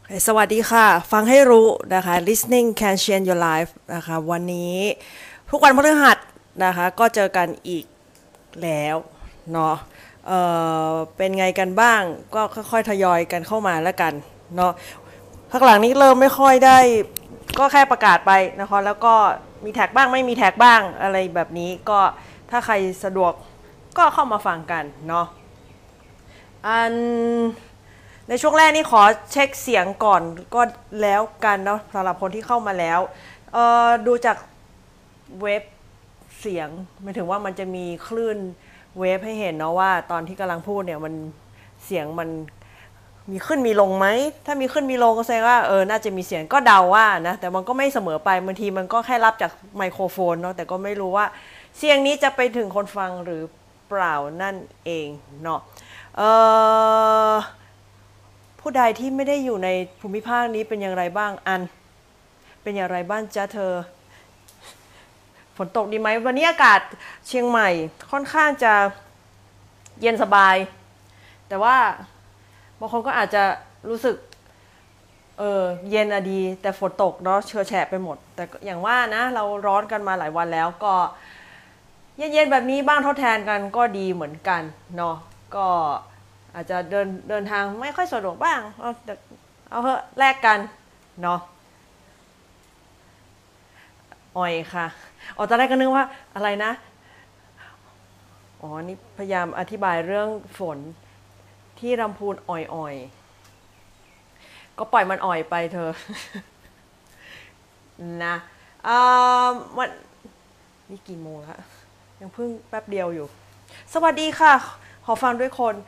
สวัสดีค่ะฟังให้รู้นะคะ listening can change your life นะคะวันนี้ทุกวันพฤหัสนะคะก็เจอกันอีกแล้วเนาะเอเป็นไงกันบ้างก็ค่อยๆทยอยกันเข้ามาแล้วกันเนาะพักหลังนี้เริ่มไม่ค่อยได้ก็แค่ประกาศไปนะคะแล้วก็มีแท็กบ้างไม่มีแท็กบ้างอะไรแบบนี้ก็ถ้าใครสะดวกก็เข้ามาฟังกันเนาะอัน ในช่วงแรกนี่ขอเช็คเสียงก่อนก็แล้วกันเนาะสำหรับคนที่เข้ามาแล้วดูจากเว็บเสียงหมายถึงว่ามันจะมีคลื่นเวฟให้เห็นเนาะว่าตอนที่กำลังพูดเนี่ยมันเสียงมันมีขึ้นมีลงไหมถ้ามีขึ้นมีลงก็แสดงว่าน่าจะมีเสียงก็เดาว่านะแต่มันก็ไม่เสมอไปบางทีมันก็แค่รับจากไมโครโฟนเนาะแต่ก็ไม่รู้ว่าเสียงนี้จะไปถึงคนฟังหรือเปล่านั่นเองเนาะเออ ผู้ใดที่ไม่ได้อยู่ในภูมิภาคนี้เป็นอย่างไรบ้างอันเป็นอย่างไรบ้างจ๊ะเธอฝนตกดีไหมวันนี้อากาศเชียงใหม่ค่อนข้างจะเย็นสบายแต่ว่าบางคนก็อาจจะรู้สึกเย็นอะดีแต่ฝนตกเนาะเชื้อแฉะไปหมดแต่อย่างว่านะเราร้อนกันมาหลายวันแล้วก็เย็นๆแบบนี้บ้างทดแทนกันก็ดีเหมือนกันเนาะก็อาจจะเดินทางไม่ค่อยสะดวกบ้างเอาเถอะแลกกันเนาะอ่อยค่ะตอนแรกก็นึกว่าอะไรนะนี่พยายามอธิบายเรื่องฝนที่ลำพูนอ่อยๆก็ปล่อยมันอ่อยไปเธอนะวันนี่กี่โมงแล้วยังเพิ่งแป๊บเดียวอยู่สวัสดีค่ะขอฟังด้วยคน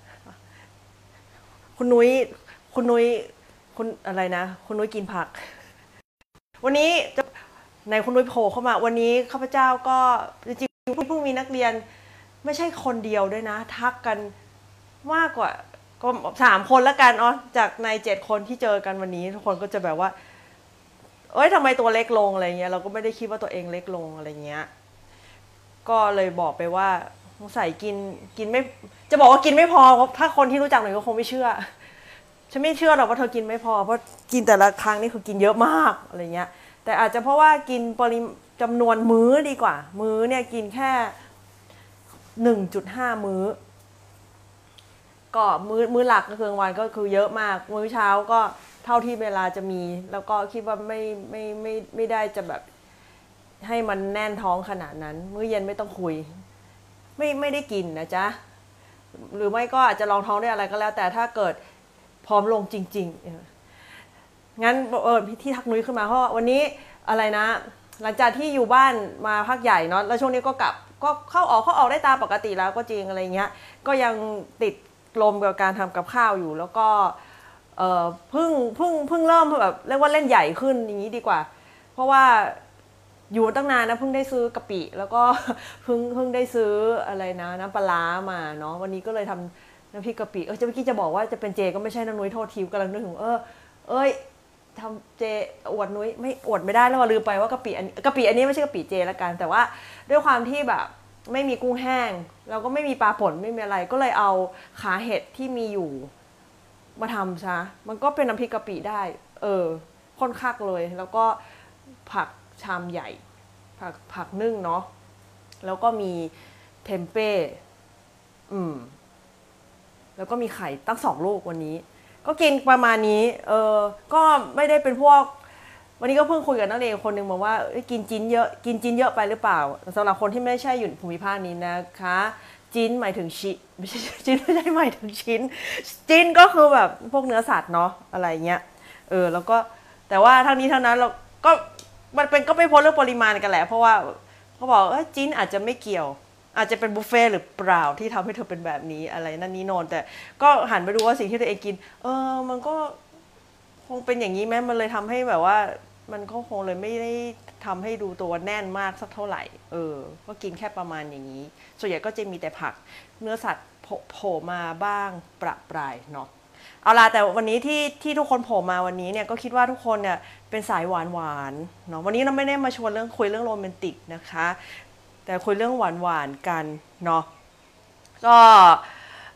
คุณนุ้ยคุณนุ้ยคุณอะไรนะคุณนุ้ยกินผักวันนี้จะในคุณนุ้ยโผล่เข้ามาวันนี้ข้าพเจ้าก็จริงๆเพิ่งมีนักเรียนไม่ใช่คนเดียวด้วยนะทักกันมากกว่าก็3 คนแล้วกันจากใน7 คนที่เจอกันวันนี้ทุกคนก็จะแบบว่าทำไมตัวเล็กลงอะไรเงี้ยเราก็ไม่ได้คิดว่าตัวเองเล็กลงอะไรเงี้ยก็เลยบอกไปว่าสงสัยกินไม่จะบอกว่ากินไม่พอถ้าคนที่รู้จักหน่อยก็คงไม่เชื่อฉันไม่เชื่อหรอกว่าเธอกินไม่พอเพราะกินแต่ละครั้งนี่คือกินเยอะมากอะไรเงี้ยแต่อาจจะเพราะว่ากินจำนวนมื้อดีกว่ามื้อเนี่ยกินแค่1.5 มื้อก็มื้อหลักก็คือกลางวันก็คือเยอะมากมื้อเช้าก็เท่าที่เวลาจะมีแล้วก็คิดว่าไม่ได้จะแบบให้มันแน่นท้องขนาดนั้นมื้อเย็นไม่ต้องคุยไม่ได้กินนะจ๊ะหรือไม่ก็อาจจะลองท้องได้อะไรก็แล้วแต่ถ้าเกิดพร้อมลงจริงๆงั้นที่ทักนุ้ยขึ้นมาเพราะวันนี้อะไรนะหลังจากที่อยู่บ้านมาพักใหญ่เนาะแล้วช่วงนี้ก็กลับก็เข้าออกได้ตามปกติแล้วก็จริงอะไรเงี้ยก็ยังติดลมกับการทำกับข้าวอยู่แล้วก็เพิ่งเริ่มแบบเรียกว่าเล่นใหญ่ขึ้นอย่างนี้ดีกว่าเพราะว่าอยู่ตั้งนานนะเพิ่งได้ซื้อกะปิแล้วก็เพิ่งได้ซื้ออะไรนะน้ำปลามาเนาะวันนี้ก็เลยทำน้ำพริกกะปิจะเมื่อกี้จะบอกว่าจะเป็นเจก็ไม่ใช่นะนุ้ยโทษทีกำลังนึกถึงเอ้ยทำเจอวดนุ้ยไม่อวดไม่ได้แล้วลืมไปว่ากะปิอันนี้ไม่ใช่กะปิเจละกันแต่ว่าด้วยความที่แบบไม่มีกุ้งแห้งเราก็ไม่มีปลาป่นไม่มีอะไรก็เลยเอาขาเห็ดที่มีอยู่มาทำซะมันก็เป็นน้ำพริกกะปิได้ค่อนข้างเลยแล้วก็ผักชามใหญ่ผักนึ่งเนาะแล้วก็มีเทมเป้แล้วก็มีไข่ตั้ง2 ลูกวันนี้ก็กินประมาณนี้ก็ไม่ได้เป็นพวกวันนี้ก็เพิ่งคุยกับนักเรียนคนหนึ่งบอกว่ากินจิ้นเยอะไปหรือเปล่าสำหรับคนที่ไม่ใช่อยู่ภูมิภาคนี้นะคะจิ้นหมายถึงชิ้นไม่ใช่จิ้นไม่ใช่หมายถึงชิ้นจิ้นก็คือแบบพวกเนื้อสัตว์เนาะอะไรเงี้ยแล้วก็แต่ว่าทั้งนี้ทั้งนั้นเราก็มันเป็นก็ไม่พ้นเรื่องปริมาณกันแหละเพราะว่าเขาบอกจิ้นอาจจะไม่เกี่ยวอาจจะเป็นบุฟเฟ่หรือเปล่าที่ทำให้เธอเป็นแบบนี้อะไรนั่นนี่โนนแต่ก็หันไปดูว่าสิ่งที่ตัวเองกินมันก็คงเป็นอย่างนี้ไหมมันเลยทำให้แบบว่ามันก็คงเลยไม่ได้ทำให้ดูตัวแน่นมากสักเท่าไหร่ก็กินแค่ประมาณอย่างนี้ส่วนใหญ่ก็จะมีแต่ผักเนื้อสัตว์โผล่มาบ้างประปรายเนาะเอาล่ะแต่วันนี้ที่ทุกคนโผล่มาวันนี้เนี่ยก็คิดว่าทุกคนเนี่ยเป็นสายหวานเนาะวันนี้เราไม่ได้มาชวนคุยเรื่องโรแมนติกนะคะแต่คุยเรื่องหวานกันเนาะก็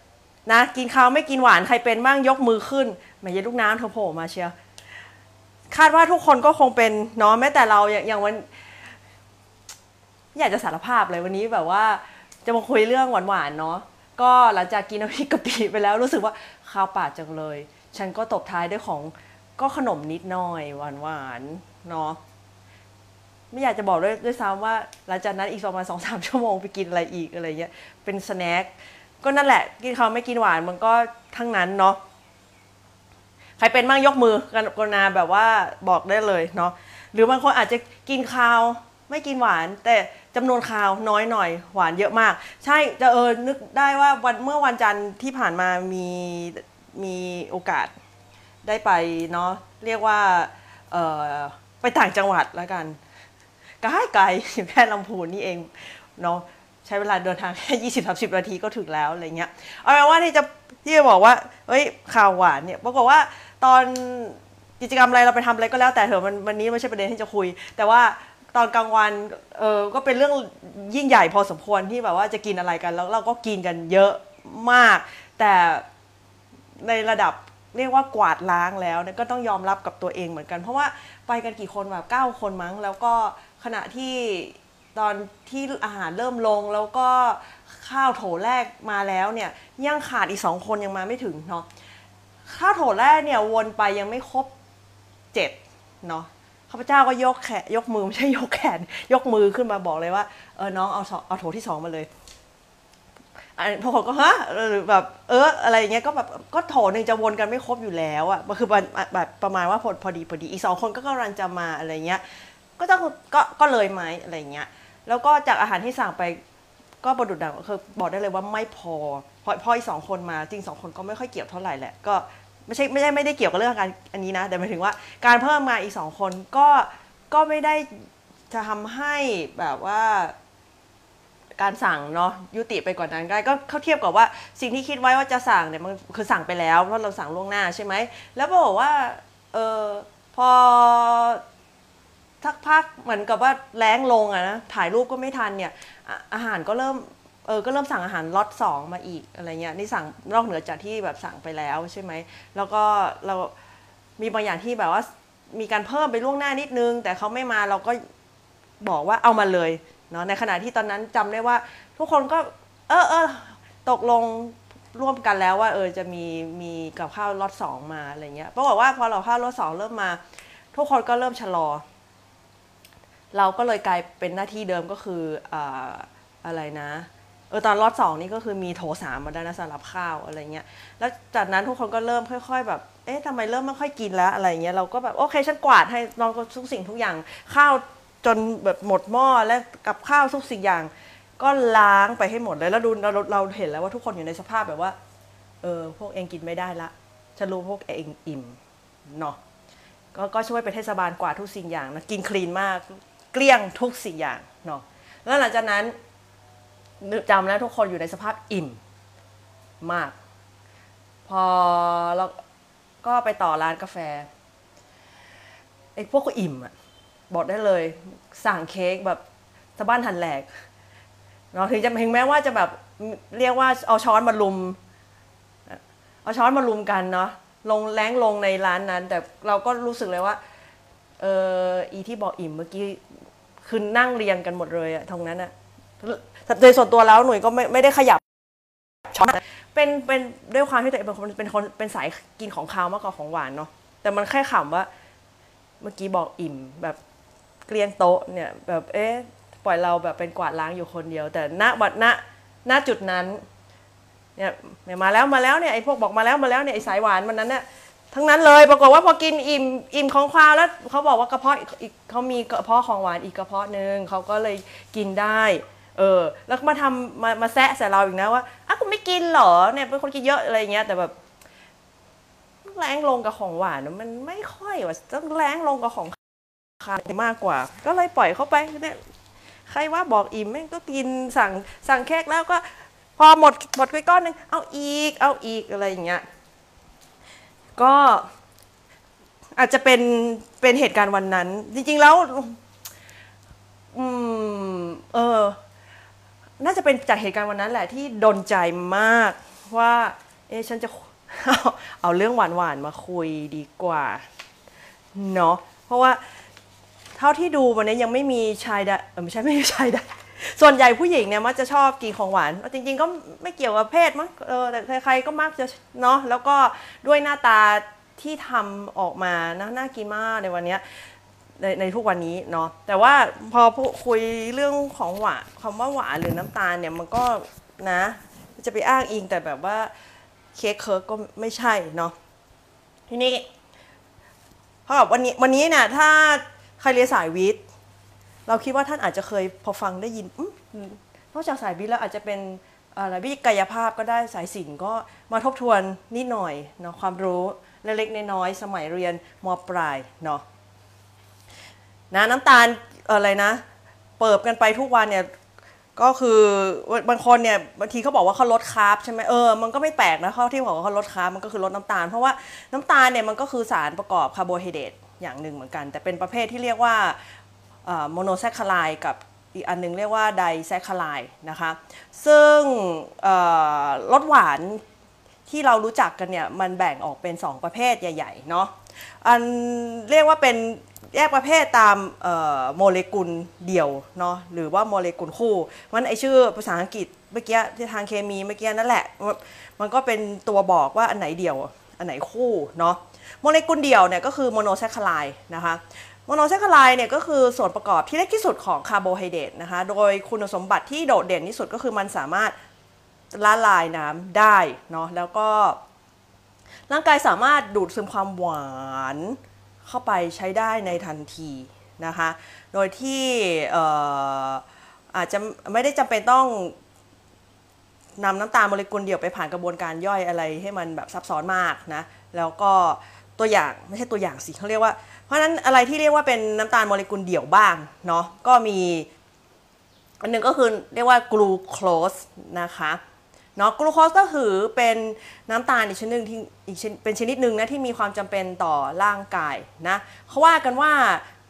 นะกินข้าวไม่กินหวานใครเป็นบ้างยกมือขึ้นแม่ยายลูกน้ำเธอโผล่มาเชียวคาดว่าทุกคนก็คงเป็นเนาะแม้แต่เราอย่างวันอยากจะสารภาพเลยวันนี้แบบว่าจะมาคุยเรื่องหวานๆเนาะก็หลังจากกินน้ำพริกกะปิไปแล้วรู้สึกว่าข้าวปากจังเลยฉันก็ตบท้ายด้วยของก็ขนมนิดหน่อยหวานๆเนาะไม่อยากจะบอกด้วยซ้ำว่าหลังจากนั้นอีกประมาณ2-3 ชั่วโมงไปกินอะไรอีกอะไรเงี้ยเป็นสแน็คก็นั่นแหละกินข้าวไม่กินหวานมันก็ทั้งนั้นเนาะใครเป็นบ้างยกมือกันกนาแบบว่าบอกได้เลยเนาะหรือบางคนอาจจะกินข้าวไม่กินหวานแต่จำนวนข้าวน้อยหน่อยหวานเยอะมากใช่จะนึกได้ว่าเมื่อวันจันทร์ที่ผ่านมามีโอกาสได้ไปเนาะเรียกว่าไปต่างจังหวัดแล้วกันไกลอยู่แค่ลำพูนนี่เองเนาะใช้เวลาเดินทางแค่20-30 นาทีก็ถึงแล้วอะไรเงี้ยเอาเป็นว่าที่จะบอกว่าเอ้ยข่าวหวานเนี่ยปรากฏว่าตอนกิจกรรมอะไรเราไปทำอะไรก็แล้วแต่เถอะวันนี้ไม่ใช่ประเด็นที่จะคุยแต่ว่าตอนกลางวันก็เป็นเรื่องยิ่งใหญ่พอสมควรที่แบบว่าจะกินอะไรกันแล้วเราก็กินกันเยอะมากแต่ในระดับเรียกว่ากวาดล้างแล้วก็ต้องยอมรับกับตัวเองเหมือนกันเพราะว่าไปกันกี่คนแบบ9 คนมั้งแล้วก็ขณะที่ตอนที่อาหารเริ่มลงแล้วก็ข้าวโถแรกมาแล้วเนี่ยยังขาดอีก2 คนยังมาไม่ถึงเนาะข้าวโถแรกเนี่ยวนไปยังไม่ครบ7เนาะข้าพเจ้าก็ยกมือไม่ใช่ยกแขนยกมือขึ้นมาบอกเลยว่าน้องเอาโถที่2มาเลยพวกเขาก็ฮะแบบอะไรอย่างเงี้ยก็แบบก็โถนึงจะวนกันไม่ครบอยู่แล้วอ่ะมันคือแบบประมาณว่าพอดีอีก2 คนก็กำลังจะมาอะไรเงี้ยก็เลยไหมอะไรเงี้ยแล้วก็จากอาหารที่สั่งไปก็ประดุดดังคือบอกได้เลยว่าไม่พออีก2 คนมาจริง2 คนก็ไม่ค่อยเกี่ยวเท่าไหร่แหละก็ไม่ได้เกี่ยวกับเรื่องการอันนี้นะแต่หมายถึงว่าการเพิ่มมาอีก2 คนก็ไม่ได้จะทำให้แบบว่าการสั่งเนาะยุติไปกว่านั้นก็เขาเทียบกับว่าสิ่งที่คิดไว้ว่าจะสั่งเนี่ยมันคือสั่งไปแล้วเพราะเราสั่งล่วงหน้าใช่ไหมแล้วบอกว่าพอสักพักเหมือนกับว่าแรงลงอะนะถ่ายรูปก็ไม่ทันเนี่ยอาหารก็เริ่มสั่งอาหารล็อต2มาอีกอะไรเงี้ยนี่สั่งนอกเหนือจากที่แบบสั่งไปแล้วใช่ไหมแล้วก็เรามีบางอย่างที่แบบว่ามีการเพิ่มไปล่วงหน้านิดนึงแต่เขาไม่มาเราก็บอกว่าเอามาเลยเนาะในขณะที่ตอนนั้นจำได้ว่าทุกคนก็ตกลงร่วมกันแล้วว่าจะมีกับข้าวล็อต2มาอะไรเงี้ยปรากฏว่าพอเราข้าวล็อต2เริ่มมาทุกคนก็เริ่มชะลอเราก็เลยกลายเป็นหน้าที่เดิมก็คืออะไรนะตอนล็อต2นี่ก็คือมีโถ3มาได้นะสำหรับข้าวอะไรเงี้ยแล้วจากนั้นทุกคนก็เริ่มค่อยๆแบบทำไมเริ่มไม่ค่อยกินแล้วอะไรเงี้ยเราก็แบบโอเคฉันกวาดให้น้องทุกสิ่งทุกอย่างข้าวจนแบบหมดหม้อและกับข้าวทุกสิ่งอย่างก็ล้างไปให้หมดเลยแล้วดูเราเห็นแล้วว่าทุกคนอยู่ในสภาพแบบว่าพวกเองกินไม่ได้ละฉันรู้พวกเองอิ่มเนาะก็ช่วยไปเทศบาลกวาดทุกสิ่งอย่างนะกินคลีนมากเกลี้ยงทุกสิ่งอย่างเนาะแล้วหลังจากนั้นจำแล้วทุกคนอยู่ในสภาพอิ่มมากพอเราก็ไปต่อร้านกาแฟไอ้พวกก็อิ่มอ่ะบอกได้เลยสั่งเค้กแบบสะบ้านทันแหลกเนาะถึงแม้ว่าจะแบบเรียกว่าเอาช้อนมาลุมกันเนาะแรงลงในร้านนั้นแต่เราก็รู้สึกเลยว่าอีที่บอกอิ่มเมื่อกี้คือนั่งเรียงกันหมดเลยอะตรงนั้นอะโดยส่วนตัวแล้วหนุ่ยก็ไม่ได้ขยับช้อนเป็นด้วยความที่ตัวเองเป็นสายกินของคาวมากกว่าของหวานเนาะแต่มันแค่ขำว่าเมื่อกี้บอกอิ่มแบบเกลี้ยงโต๊ะเนี่ยแบบปล่อยเราแบบเป็นกวาดล้างอยู่คนเดียวแต่ณจุดนั้นเนี่ยมาแล้วเนี่ยไอ้พวกบอกมาแล้วเนี่ยไอ้สายหวานมันนั้นเนี่ยทั้งนั้นเลยปรากฏว่าพอกินอิ่มของคาวแล้วเขาบอกว่ากระเพาะอีกเขามีกระเพาะของหวานอีกกระเพาะนึงเขาก็เลยกินได้แล้วมาทำมาแซะใส่เราอีกนะว่าคุณไม่กินเหรอเนี่ยเป็นคนกินเยอะอะไรเงี้ยแต่แบบแรงลงกับของหวานมันไม่ค่อยว่าต้องแรงลงกับของคาวมากกว่าก็เลยปล่อยเข้าไปเนี่ยใครว่าบอกอิ่มแม่งก็กินสั่งเค้กแล้วก็พอหมดไปก้อนนึงเอาอีกอะไรอย่างเงี้ยก็อาจจะเป็นเหตุการณ์วันนั้นจริงๆแล้วน่าจะเป็นจากเหตุการณ์วันนั้นแหละที่ดลใจมากว่าฉันจะ เอาเรื่องหวานๆมาคุยดีกว่าเนาะเพราะว่าเท่าที่ดูวันนี้ยังไม่มีชายได้ไม่มีชายได้ส่วนใหญ่ผู้หญิงเนี่ยมักจะชอบกินของหวานจริงๆก็ไม่เกี่ยวกับเพศมั้งแต่ใครๆก็มักจะเนาะแล้วก็ด้วยหน้าตาที่ทำออกมาน่ากินมากในวันนี้ในทุกวันนี้เนาะแต่ว่าพอคุยเรื่องของหวานคำว่าหวานหรือน้ำตาลเนี่ยมันก็นะจะไปอ้างอิงแต่แบบว่าเค้กเคิร์กก็ไม่ใช่เนาะทีนี้เพราะวันนี้เนี่ยถ้าใครเรียนสายวิทย์เราคิดว่าท่านอาจจะเคยพอฟังได้ยินนอกจากสายวิทย์แล้วอาจจะเป็นอะไรวิทยากายภาพก็ได้สายศิลป์ก็มาทบทวนนิดหน่อยเนาะความรู้เล็กๆน้อยๆสมัยเรียนม.ปลายเนาะน้ำตาลอะไรนะเปิบกันไปทุกวันเนี่ยก็คือบางคนเนี่ยบางทีเขาบอกว่าเขาลดคาร์บใช่ไหมมันก็ไม่แปลกนะเขาที่บอกว่าเขาลดคาร์บมันก็คือลดน้ำตาลเพราะว่าน้ำตาลเนี่ยมันก็คือสารประกอบคาร์โบไฮเดรตอย่างหนึ่งเหมือนกันแต่เป็นประเภทที่เรียกว่าโมโนแซคคาไลด์กับอีกอันนึงเรียกว่าไดแซคคาไลด์นะคะซึ่งรสหวานที่เรารู้จักกันเนี่ยมันแบ่งออกเป็น2ประเภทใหญ่ๆเนาะอันเรียกว่าเป็นแยกประเภทตามโมเลกุลเดี่ยวเนาะหรือว่าโมเลกุลคู่มันไอชื่อภาษาอังกฤษเมื่อกี้ที่ทางเคมีเมื่อกี้นั่นแหละมันก็เป็นตัวบอกว่าอันไหนเดี่ยวอันไหนคู่เนาะโมเลกุลเดี่ยวเนี่ยก็คือโมโนแซคคาไลด์นะคะโมโนแซคคาไลด์เนี่ยก็คือส่วนประกอบที่เล็กที่สุดของคาร์โบไฮเดรตนะคะโดยคุณสมบัติที่โดดเด่นที่สุดก็คือมันสามารถละลายน้ำได้เนาะแล้วก็ร่างกายสามารถดูดซึมความหวานเข้าไปใช้ได้ในทันทีนะคะโดยที่อาจจะไม่ได้จำเป็นต้องนำน้ำตาลโมเลกุลเดี่ยวไปผ่านกระบวนการย่อยอะไรให้มันแบบซับซ้อนมากนะแล้วก็ตัวอย่างไม่ใช่ตัวอย่างสิเขาเรียกว่าเพราะฉะนั้นอะไรที่เรียกว่าเป็นน้ำตาลโมเลกุลเดี่ยวบ้างเนาะก็มีอันหนึ่งก็คือเรียกว่ากลูโคสนะคะเนาะกลูโคสก็คือเป็นน้ำตาลอีกชนิดนึงที่เป็นชนิดหนึ่งนะที่มีความจำเป็นต่อร่างกายนะเขาว่ากันว่า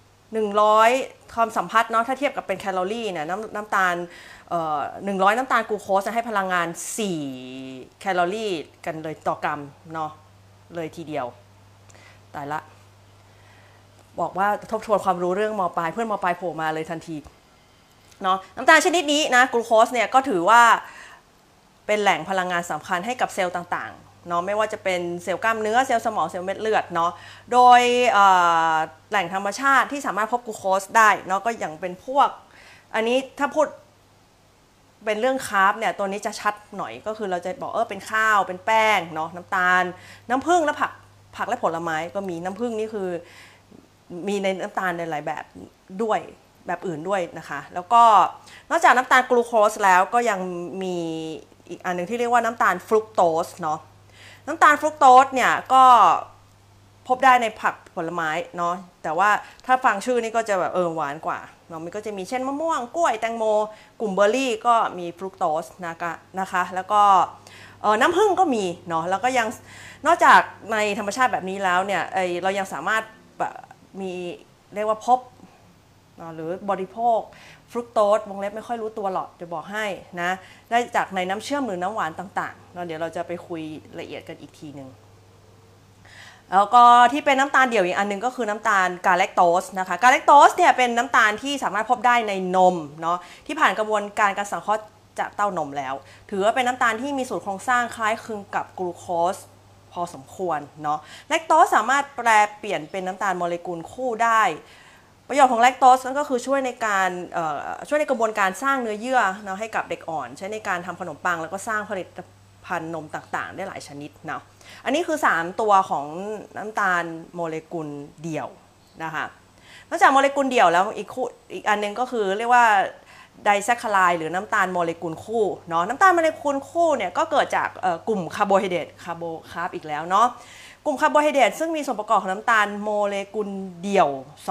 100ความสัมพัทธ์เนาะถ้าเทียบกับเป็นแคลอรี่เนี่ยน้ำตาล100น้ำตาลกลูโคสจะให้พลังงาน4แคลอรี่กันเลยต่อกรัมเนาะเลยทีเดียวตายละบอกว่าทบทวนความรู้เรื่องม.ปลายเพื่อนม.ปลายโผล่มาเลยทันทีเนาะน้ำตาลชนิดนี้นะกลูโคสเนี่ยก็ถือว่าเป็นแหล่งพลังงานสำคัญให้กับเซลล์ต่างๆเนาะไม่ว่าจะเป็นเซลล์กล้ามเนื้อเซลล์สมองเซลล์เม็ดเลือดเนาะโดยแหล่งธรรมชาติที่สามารถพบกลูโคสได้เนาะก็อย่างเป็นพวกอันนี้ถ้าพูดเป็นเรื่องคาร์บเนี่ยตัวนี้จะชัดหน่อยก็คือเราจะบอกเป็นข้าวเป็นแป้งเนาะน้ำตาลน้ำผึ้งและผักและผลไม้ก็มีน้ำผึ้งนี่คือมีในน้ำตาลในหลายแบบด้วยแบบอื่นด้วยนะคะแล้วก็นอกจากน้ำตาลกลูโคสแล้วก็ยังมีอีกอันหนึ่งที่เรียกว่าน้ำตาลฟรุกโตสเนาะน้ำตาลฟรุกโตสเนี่ยก็พบได้ในผักผลไม้เนาะแต่ว่าถ้าฟังชื่อนี่ก็จะแบบหวานกว่าเนาะมันก็จะมีเช่นมะม่วงกล้วยแตงโมกลุ่มเบอร์รี่ก็มีฟรุกโตสนะคะแล้วก็น้ำผึ้งก็มีเนาะแล้วก็ยังนอกจากในธรรมชาติแบบนี้แล้วเนี่ยเรายังสามารถมีเรียกว่าพบหรือบริโภคฟรุกโตสวงเล็บไม่ค่อยรู้ตัวหรอกจะบอกให้นะได้จากในน้ำเชื่อมหรือน้ำหวานต่างๆเดี๋ยวเราจะไปคุยละเอียดกันอีกทีหนึ่งแล้วก็ที่เป็นน้ำตาลเดี่ยวอีกอันนึงก็คือน้ำตาลกาแลคโตสนะคะกาแลคโตสเนี่ยเป็นน้ำตาลที่สามารถพบได้ในนมเนาะที่ผ่านกระบวนการสังเคราะห์จากเต้านมแล้วถือว่าเป็นน้ำตาลที่มีสูตรโครงสร้างคล้ายคลึงกับกลูโคสพอสมควรเนาะแลคโตสสามารถแปลเปลี่ยนเป็นน้ำตาลโมเลกุลคู่ได้ประโยชน์ของแลคโตสนั่นก็คือช่วยในกระบวนการสร้างเนื้อเยื่อเนาะให้กับเด็กอ่อนใช้ในการทำขนมปังแล้วก็สร้างผลิตภัณฑ์นมต่างๆได้หลายชนิดเนาะอันนี้คือ3ตัวของน้ำตาลโมเลกุลเดี่ยวนะคะนอกจากโมเลกุลเดี่ยวแล้วอีกอันนึงก็คือเรียกว่าไดแซคคาไลด์หรือน้ำตาลโมเลกุลคู่เนาะน้ำตาลโมเลกุลคู่เนี่ยก็เกิดจากกลุ่มคาร์โบไฮเดรตคาร์โบคาร์บอีกแล้วเนาะกลุ่มคาร์โบไฮเดรตซึ่งมีส่วนประกอบของน้ำตาลโมเลกุลเดี่ยว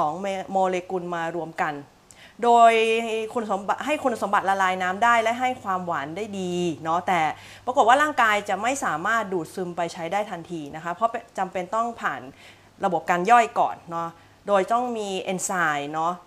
2โมเลกุลมารวมกันโดยคุณสมบัติละลายน้ำได้และให้ความหวานได้ดีเนาะแต่ปรากฏว่าร่างกายจะไม่สามารถดูดซึมไปใช้ได้ทันทีนะคะเพราะจำเป็นต้องผ่านระบบการย่อยก่อนเนาะโดยต้องมีเอนไซม์เนาะ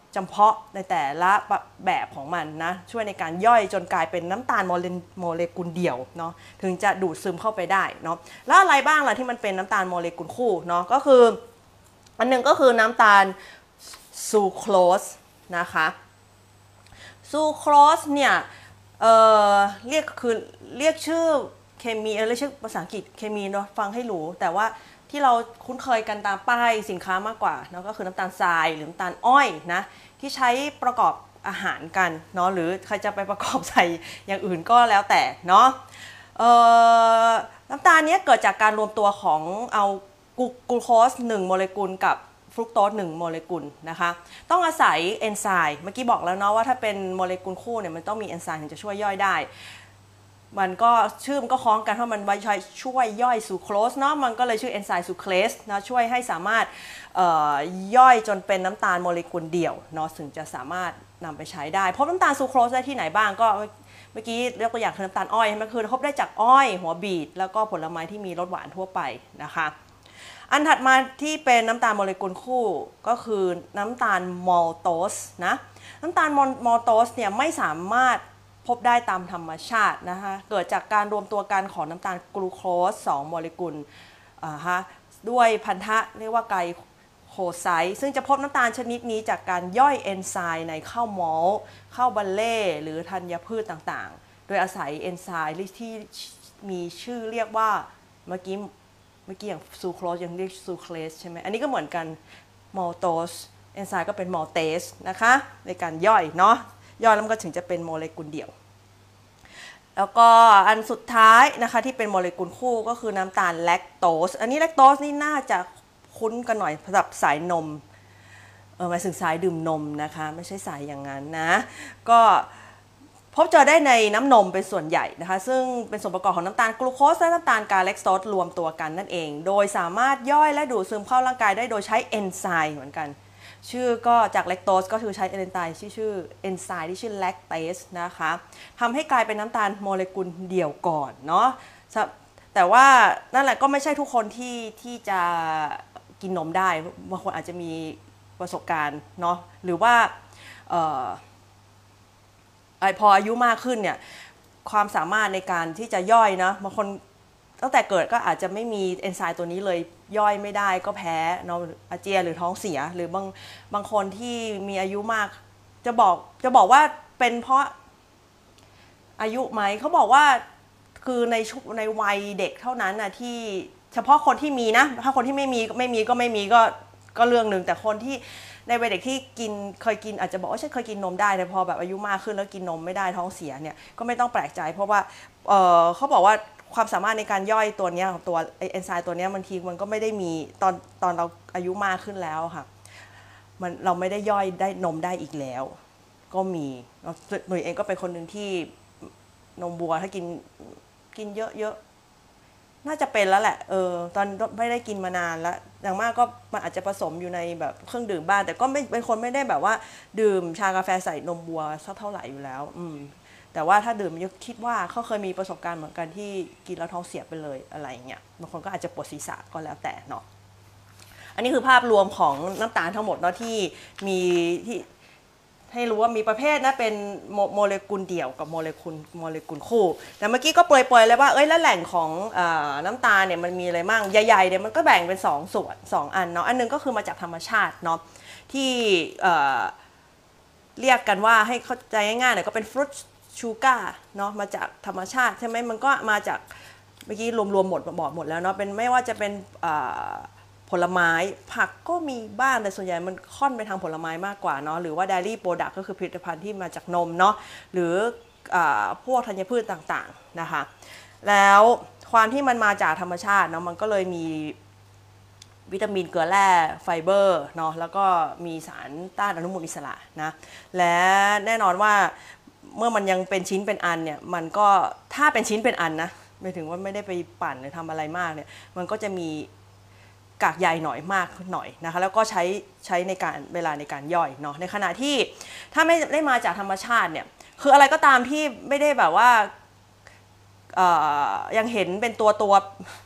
จำเพาะในแต่ละแบบของมันนะช่วยในการย่อยจนกลายเป็นน้ำตาลโมเลกุลเดี่ยวเนาะถึงจะดูดซึมเข้าไปได้เนาะแล้วอะไรบ้างล่ะที่มันเป็นน้ำตาลโมเลกุลคู่เนาะก็คืออันหนึ่งก็คือน้ำตาลซูโครสนะคะซูโครสเนี่ยเรียกชื่อเคมีเรียกชื่อภาษาอังกฤษเคมีเนาะฟังให้รู้แต่ว่าที่เราคุ้นเคยกันตามป้ายสินค้ามากกว่าเนาะก็คือน้ำตาลทรายหรือน้ำตาลอ้อยนะที่ใช้ประกอบอาหารกันเนาะหรือใครจะไปประกอบใส่อย่างอื่นก็แล้วแต่เนาะน้ำตาลนี้เกิดจากการรวมตัวของเอากลูโคส1โมเลกุลกับฟรุกโตส1โมเลกุลนะคะต้องอาศัยเอนไซม์เมื่อกี้บอกแล้วเนาะว่าถ้าเป็นโมเลกุลคู่เนี่ยมันต้องมีเอนไซม์ถึงจะช่วยย่อยได้มันก็ชื่อมันก็คล้องกันเพราะมันช่วยย่อยซูโครสเนาะมันก็เลยชื่อเอนไซม์ซูเครสนะช่วยให้สามารถย่อยจนเป็นน้ำตาลโมเลกุลเดี่ยวเนาะถึงจะสามารถนำไปใช้ได้พบน้ำตาลซูโครสได้ที่ไหนบ้างก็เมื่อกี้ยกตัวอย่างคือน้ำตาลอ้อยมันคือพบได้จากอ้อยหัวบีทแล้วก็ผลไม้ที่มีรสหวานทั่วไปนะคะอันถัดมาที่เป็นน้ำตาลโมเลกุลคู่ก็คือน้ำตาลมอลโตสนะน้ำตาลมอลโตสเนี่ยไม่สามารถพบได้ตามธรรมชาตินะคะเกิดจากการรวมตัวกันของน้ำตาลกลูโคส2โมเลกุลด้วยพันธะเรียกว่าไกลโคไซต์ซึ่งจะพบน้ำตาลชนิดนี้จากการย่อยเอนไซม์ในข้าวมอลต์ข้าวบัลเล่หรือธัญพืชต่างๆโดยอาศัยเอนไซม์ที่มีชื่อเรียกว่าเมื่อกี้อย่างซูโครสยังเรียกซูเครสใช่ไหมอันนี้ก็เหมือนกันมอลโตสเอนไซม์ก็เป็นมอลเตสนะคะในการย่อยเนาะย่อยแล้วมันก็ถึงจะเป็นโมเลกุลเดี่ยวแล้วก็อันสุดท้ายนะคะที่เป็นโมเลกุลคู่ก็คือน้ำตาลแลคโตสอันนี้แลคโตสนี่น่าจะคุ้นกันหน่อยสำหรับสายนมหมายถึงสายดื่มนมนะคะไม่ใช่สายอย่างนั้นนะก็พบเจอได้ในน้ำนมเป็นส่วนใหญ่นะคะซึ่งเป็นส่วนประกอบของน้ำตาลกลูโคสและน้ำตาลกาแลคโตสรวมตัวกันนั่นเองโดยสามารถย่อยและดูดซึมเข้าร่างกายได้โดยใช้เอนไซม์เหมือนกันชื่อก็จากแลคโตสก็คือใช้เอนไซม์ที่ชื่อเอนไซม์ที่ชื่อแลคเตสนะคะทำให้กลายเป็นน้ำตาลโมเลกุลเดี่ยวก่อนเนาะแต่ว่านั่นแหละก็ไม่ใช่ทุกคนที่จะกินนมได้บางคนอาจจะมีประสบการณ์เนาะหรือว่าพออายุมากขึ้นเนี่ยความสามารถในการที่จะย่อยนะบางคนตั้งแต่เกิดก็อาจจะไม่มีเอนไซม์ตัวนี้เลยย่อยไม่ได้ก็แพ้เนาะอาเจียนหรือท้องเสียหรือบางคนที่มีอายุมากจะบอกว่าเป็นเพราะอายุไหมเขาบอกว่าคือในวัยเด็กเท่านั้นนะที่เฉพาะคนที่มีนะถ้าคนที่ไม่มีก็เรื่องหนึ่งแต่คนที่ในวัยเด็กที่เคยกินอาจจะบอกว่าฉันเคยกินนมได้แต่พอแบบอายุมากขึ้นแล้วกินนมไม่ได้ท้องเสียเนี่ยก็ไม่ต้องแปลกใจเพราะว่าเขาบอกว่าความสามารถในการย่อยตัวนี้ของตัวเอนไซม์ตัวนี้บางทีมันก็ไม่ได้มีตอนเราอายุมากขึ้นแล้วค่ะเราไม่ได้ย่อยได้นมได้อีกแล้วก็มีหนูเองก็เป็นคนหนึ่งที่นมวัวถ้ากินเยอะน่าจะเป็นแล้วแหละตอนไม่ได้กินมานานแล้วอย่างมากก็มันอาจจะผสมอยู่ในแบบเครื่องดื่มบ้างแต่ก็ไม่เป็นคนไม่ได้แบบว่าดื่มชากาแฟใส่นมวัวสักเท่าไหร่อยู่แล้วแต่ว่าถ้าดื่มคิดว่าเขาเคยมีประสบการณ์เหมือนกันที่กินแล้วท้องเสียไปเลยอะไรเงี้ยบางคนก็อาจจะปวดศีรษะก็แล้วแต่เนาะอันนี้คือภาพรวมของน้ำตาลทั้งหมดเนาะที่มีที่ให้รู้ว่ามีประเภทนะเป็นโมเลกุลเดี่ยวกับโมเลกุลคู่แต่เมื่อกี้ก็เปรยๆเลยว่าแล้วแหล่งของน้ำตาลเนี่ยมันมีอะไรบ้างใหญ่ๆเนี่ยมันก็แบ่งเป็น2ส่วน2อันเนาะอันนึงก็คือมาจากธรรมชาติเนาะที่เรียกกันว่าให้เข้าใจง่ายๆหน่อยก็เป็นฟรุตชูการ์เนาะมาจากธรรมชาติใช่ไหมมันก็มาจากเมื่อกี้รวมๆบอกหมดแล้วเนาะเป็นไม่ว่าจะเป็นผลไม้ผักก็มีบ้างแต่ส่วนใหญ่มันค่อนไปทางผลไม้มากกว่าเนาะหรือว่า dairy product ก็คือผลิตภัณฑ์ที่มาจากนมเนาะหรือพวกธัญพืชต่างๆนะคะแล้วความที่มันมาจากธรรมชาติเนาะมันก็เลยมีวิตามินเกลือแร่ไฟเบอร์เนาะแล้วก็มีสารต้านอนุมูลอิสระนะและแน่นอนว่าเมื่อมันยังเป็นชิ้นเป็นอันเนี่ยมันก็ถ้าเป็นชิ้นเป็นอันนะไม่ถึงว่าไม่ได้ไปปั่นหรือทำอะไรมากเนี่ยมันก็จะมีกากใยหน่อยมากหน่อยนะคะแล้วก็ใช้ในการเวลาในการย่อยเนาะในขณะที่ถ้าไม่ได้มาจากธรรมชาติเนี่ยคืออะไรก็ตามที่ไม่ได้แบบว่ายังเห็นเป็นตัว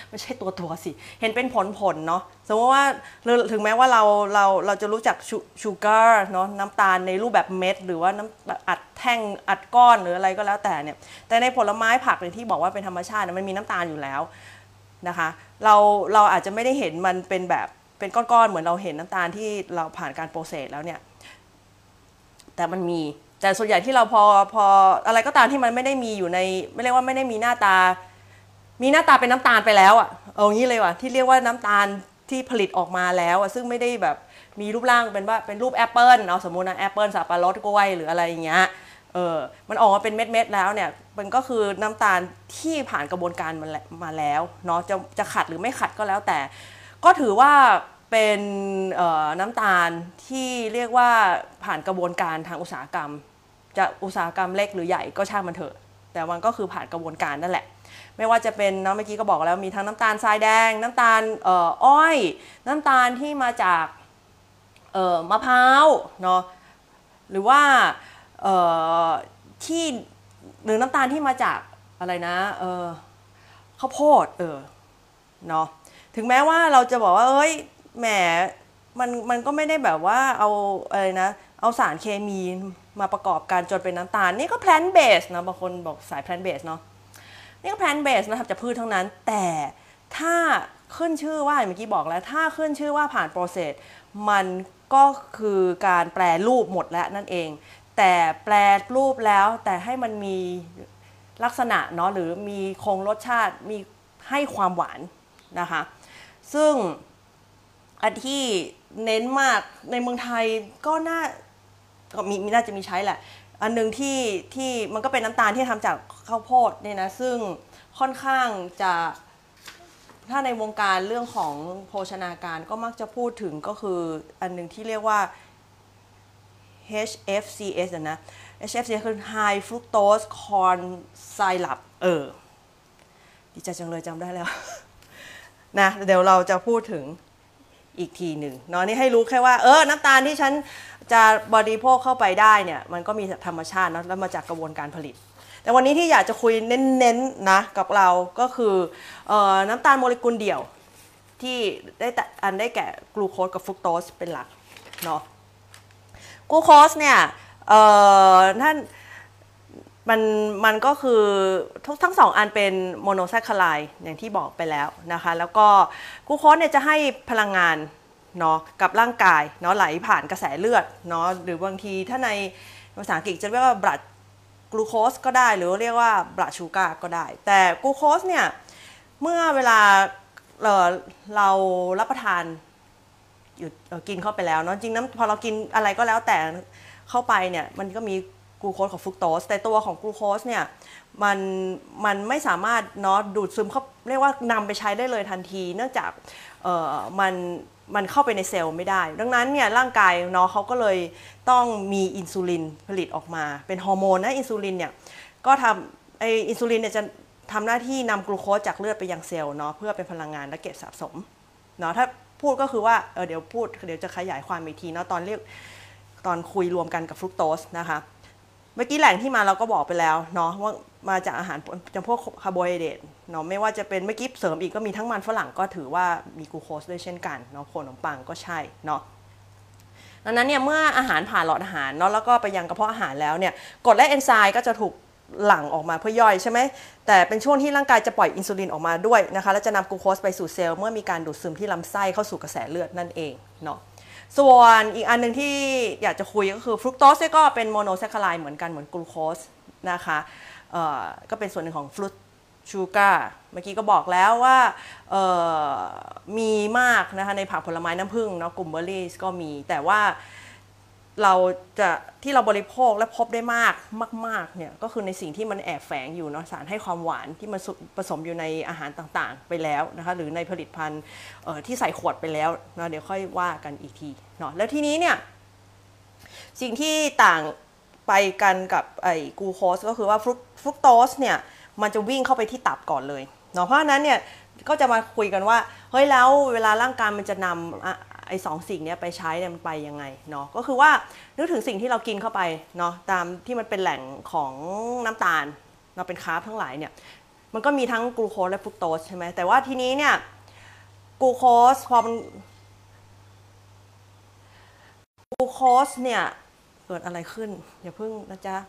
ไม่ใช่ตัวสิเห็นเป็นผลเนาะสมมติว่าถึงแม้ว่าเราจะรู้จักชูการ์เนาะน้ำตาลในรูปแบบเม็ดหรือว่าน้ำอัดแท่งอัดก้อนหรืออะไรก็แล้วแต่เนี่ยแต่ในผลไม้ผักอย่างที่บอกว่าเป็นธรรมชาติมันมีน้ำตาลอยู่แล้วนะคะเราอาจจะไม่ได้เห็นมันเป็นแบบเป็นก้อนๆเหมือนเราเห็นน้ำตาลที่เราผ่านการโปรเซสแล้วเนี่ยแต่มันมีแต่ส่วนใหญ่ที่เราพออะไรก็ตามที่มันไม่ได้มีอยู่ในไม่เรียกว่าไม่ได้มีหน้าตาเป็นน้ำตาลไปแล้วอ่ะเอางี้เลยว่ะที่เรียกว่าน้ำตาลที่ผลิตออกมาแล้วอ่ะซึ่งไม่ได้แบบมีรูปร่างเป็นรูปแอปเปิลเอาสมมุตินะแอปเปิลสับปะรดกล้วยหรืออะไรอย่างเงี้ยมันออกมาเป็นเม็ดแล้วเนี่ยมันก็คือน้ำตาลที่ผ่านกระบวนการมันมาแล้วเนาะจะขัดหรือไม่ขัดก็แล้วแต่ก็ถือว่าเป็นน้ำตาลที่เรียกว่าผ่านกระบวนการทางอุตสาหกรรมจะอุตสาหกรรมเล็กหรือใหญ่ก็ช่างมันเถอะแต่มันก็คือผ่านกระบวนการนั่นแหละไม่ว่าจะเป็นเนาะเมื่อกี้ก็บอกแล้วมีทั้งน้ำตาลทรายแดงน้ำตาลอ้อยน้ำตาลที่มาจากมะพร้าวเนาะหรือว่าที่หรือน้ำตาลที่มาจากอะไรนะข้าวโพดเนาะถึงแม้ว่าเราจะบอกว่าเอ้ยแหมมันก็ไม่ได้แบบว่าเอาอะไรนะเอาสารเคมีมาประกอบกันจนเป็นน้ำตาลนี่ก็ plant based นะบางคนบอกสาย plant based เนาะนี่ก็ plant based นะครับจากพืชทั้งนั้นแต่ถ้าขึ้นชื่อว่าเมื่อกี้บอกแล้วถ้าขึ้นชื่อว่าผ่าน process มันก็คือการแปรรูปหมดแล้วนั่นเองแต่แปรรูปแล้วแต่ให้มันมีลักษณะเนาะหรือมีคงรสชาติมีให้ความหวานนะคะซึ่งอันที่เน้นมากในเมืองไทยก็น่าจะมีใช้แหละอันนึงที่มันก็เป็นน้ำตาลที่ทำจากข้าวโพดเนี่ยนะซึ่งค่อนข้างจะถ้าในวงการเรื่องของโภชนาการก็มักจะพูดถึงก็คืออันนึงที่เรียกว่า HFCS นะ HFCS คือ High Fructose Corn Syrup ดีใจจังเลยจำได้แล้วนะเดี๋ยวเราจะพูดถึงอีกทีหนึ่งเนาะนี่ให้รู้แค่ว่าน้ำตาลที่ฉันจะบริโภคเข้าไปได้เนี่ยมันก็มีธรรมชาติเนาะแล้วมาจากกระบวนการผลิตแต่วันนี้ที่อยากจะคุยเน้นๆนะกับเราก็คือน้ำตาลโมเลกุลเดี่ยวที่ได้แก่กลูโคสกับฟรุกโตสเป็นหลักเนาะกลูโคสเนี่ยท่านมันก็คือทั้งสองอันเป็นโมโนแซคคาไรด์อย่างที่บอกไปแล้วนะคะแล้วก็กลูโคสเนี่ยจะให้พลังงานเนาะกับร่างกายเนาะไหลผ่านกระแสเลือดเนาะหรือบางทีถ้าในภาษาอังกฤษจะเรียกว่า blood กลูโคสก็ได้หรือเรียกว่า blood sugar ก็ได้แต่กลูโคสเนี่ยเมื่อเวลาเรารับประทานกินเข้าไปแล้วเนาะจริงนะพอเรากินอะไรก็แล้วแต่เข้าไปเนี่ยมันก็มีกลูโคสกับฟรุกโตสแต่ตัวของกลูโคสเนี่ยมันไม่สามารถเนาะดูดซึมเข้าเรียกว่านำไปใช้ได้เลยทันทีเนื่องจากมันเข้าไปในเซลล์ไม่ได้ดังนั้นเนี่ยร่างกายเนาะเขาก็เลยต้องมีอินซูลินผลิตออกมาเป็นฮอร์โมนนะอินซูลินเนี่ยก็ทำอินซูลินเนี่ยจะทำหน้าที่นำกลูโคสจากเลือดไปยังเซลล์เนาะเพื่อเป็นพลังงานและเก็บสะสมเนาะถ้าพูดก็คือว่าเดี๋ยวจะขยายความอีกทีเนาะตอนคุยรวมกันกับฟรุกโตสนะคะเมื่อกี้แหล่งที่มาเราก็บอกไปแล้วเนาะว่ามาจากอาหารจำพวกคาร์โบไฮเดรตเนาะไม่ว่าจะเป็นเมื่อกี้เสริมอีกก็มีทั้งมันฝรั่งก็ถือว่ามีกลูโคสด้วยเช่นกันเนาะขนมปังก็ใช่เนาะดังนั้นเนี่ยเมื่ออาหารผ่านหลอดอาหารเนาะแล้วก็ไปยังกระเพาะอาหารแล้วเนี่ยกรดและเอนไซม์ก็จะถูกหลั่งออกมาเพื่อย่อยใช่ไหมแต่เป็นช่วงที่ร่างกายจะปล่อยอินซูลินออกมาด้วยนะคะและจะนำกลูโคสไปสู่เซลล์เมื่อมีการดูดซึมที่ลำไส้เข้าสู่กระแสเลือดนั่นเองเนาะส่วนอีกอันนึงที่อยากจะคุยก็คือฟรุกโตสก็เป็นโมโนแซคคาไรด์เหมือนกันเหมือนกลูโคสนะคะก็เป็นส่วนหนึ่งของฟรุตชูการ์เมื่อกี้ก็บอกแล้วว่ามีมากนะคะในผักผลไม้น้ำผึ้งเนาะกลุ่มเบอร์รี่ก็มีแต่ว่าที่เราบริโภคและพบได้มากเนี่ยก็คือในสิ่งที่มันแอบแฝงอยู่เนาะสารให้ความหวานที่มันผสมอยู่ในอาหารต่างๆไปแล้วนะคะหรือในผลิตภัณฑ์ที่ใส่ขวดไปแล้วนะเดี๋ยวค่อยว่ากันอีกทีเนาะแล้วทีนี้เนี่ยสิ่งที่ต่างไปกันกับไอ้กลูโคสก็คือว่าฟรุกโตสเนี่ยมันจะวิ่งเข้าไปที่ตับก่อนเลยเนาะเพราะฉะนั้นเนี่ยก็จะมาคุยกันว่าเฮ้ยแล้วเวลาร่างกายมันจะนำไอ้สองสิ่งนี้ไปใช้เนี่ยมันไปยังไงเนาะก็คือว่านึกถึงสิ่งที่เรากินเข้าไปเนาะตามที่มันเป็นแหล่งของน้ำตาลเราเป็นคาร์บทั้งหลายเนี่ยมันก็มีทั้งกลูโคสและฟรุกโตสใช่ไหมแต่ว่าทีนี้เนี่ยกลูโคสพอมันกลูโคสเนี่ยเกิดอะไรขึ้นอย่าเพิ่งนะจ๊ะ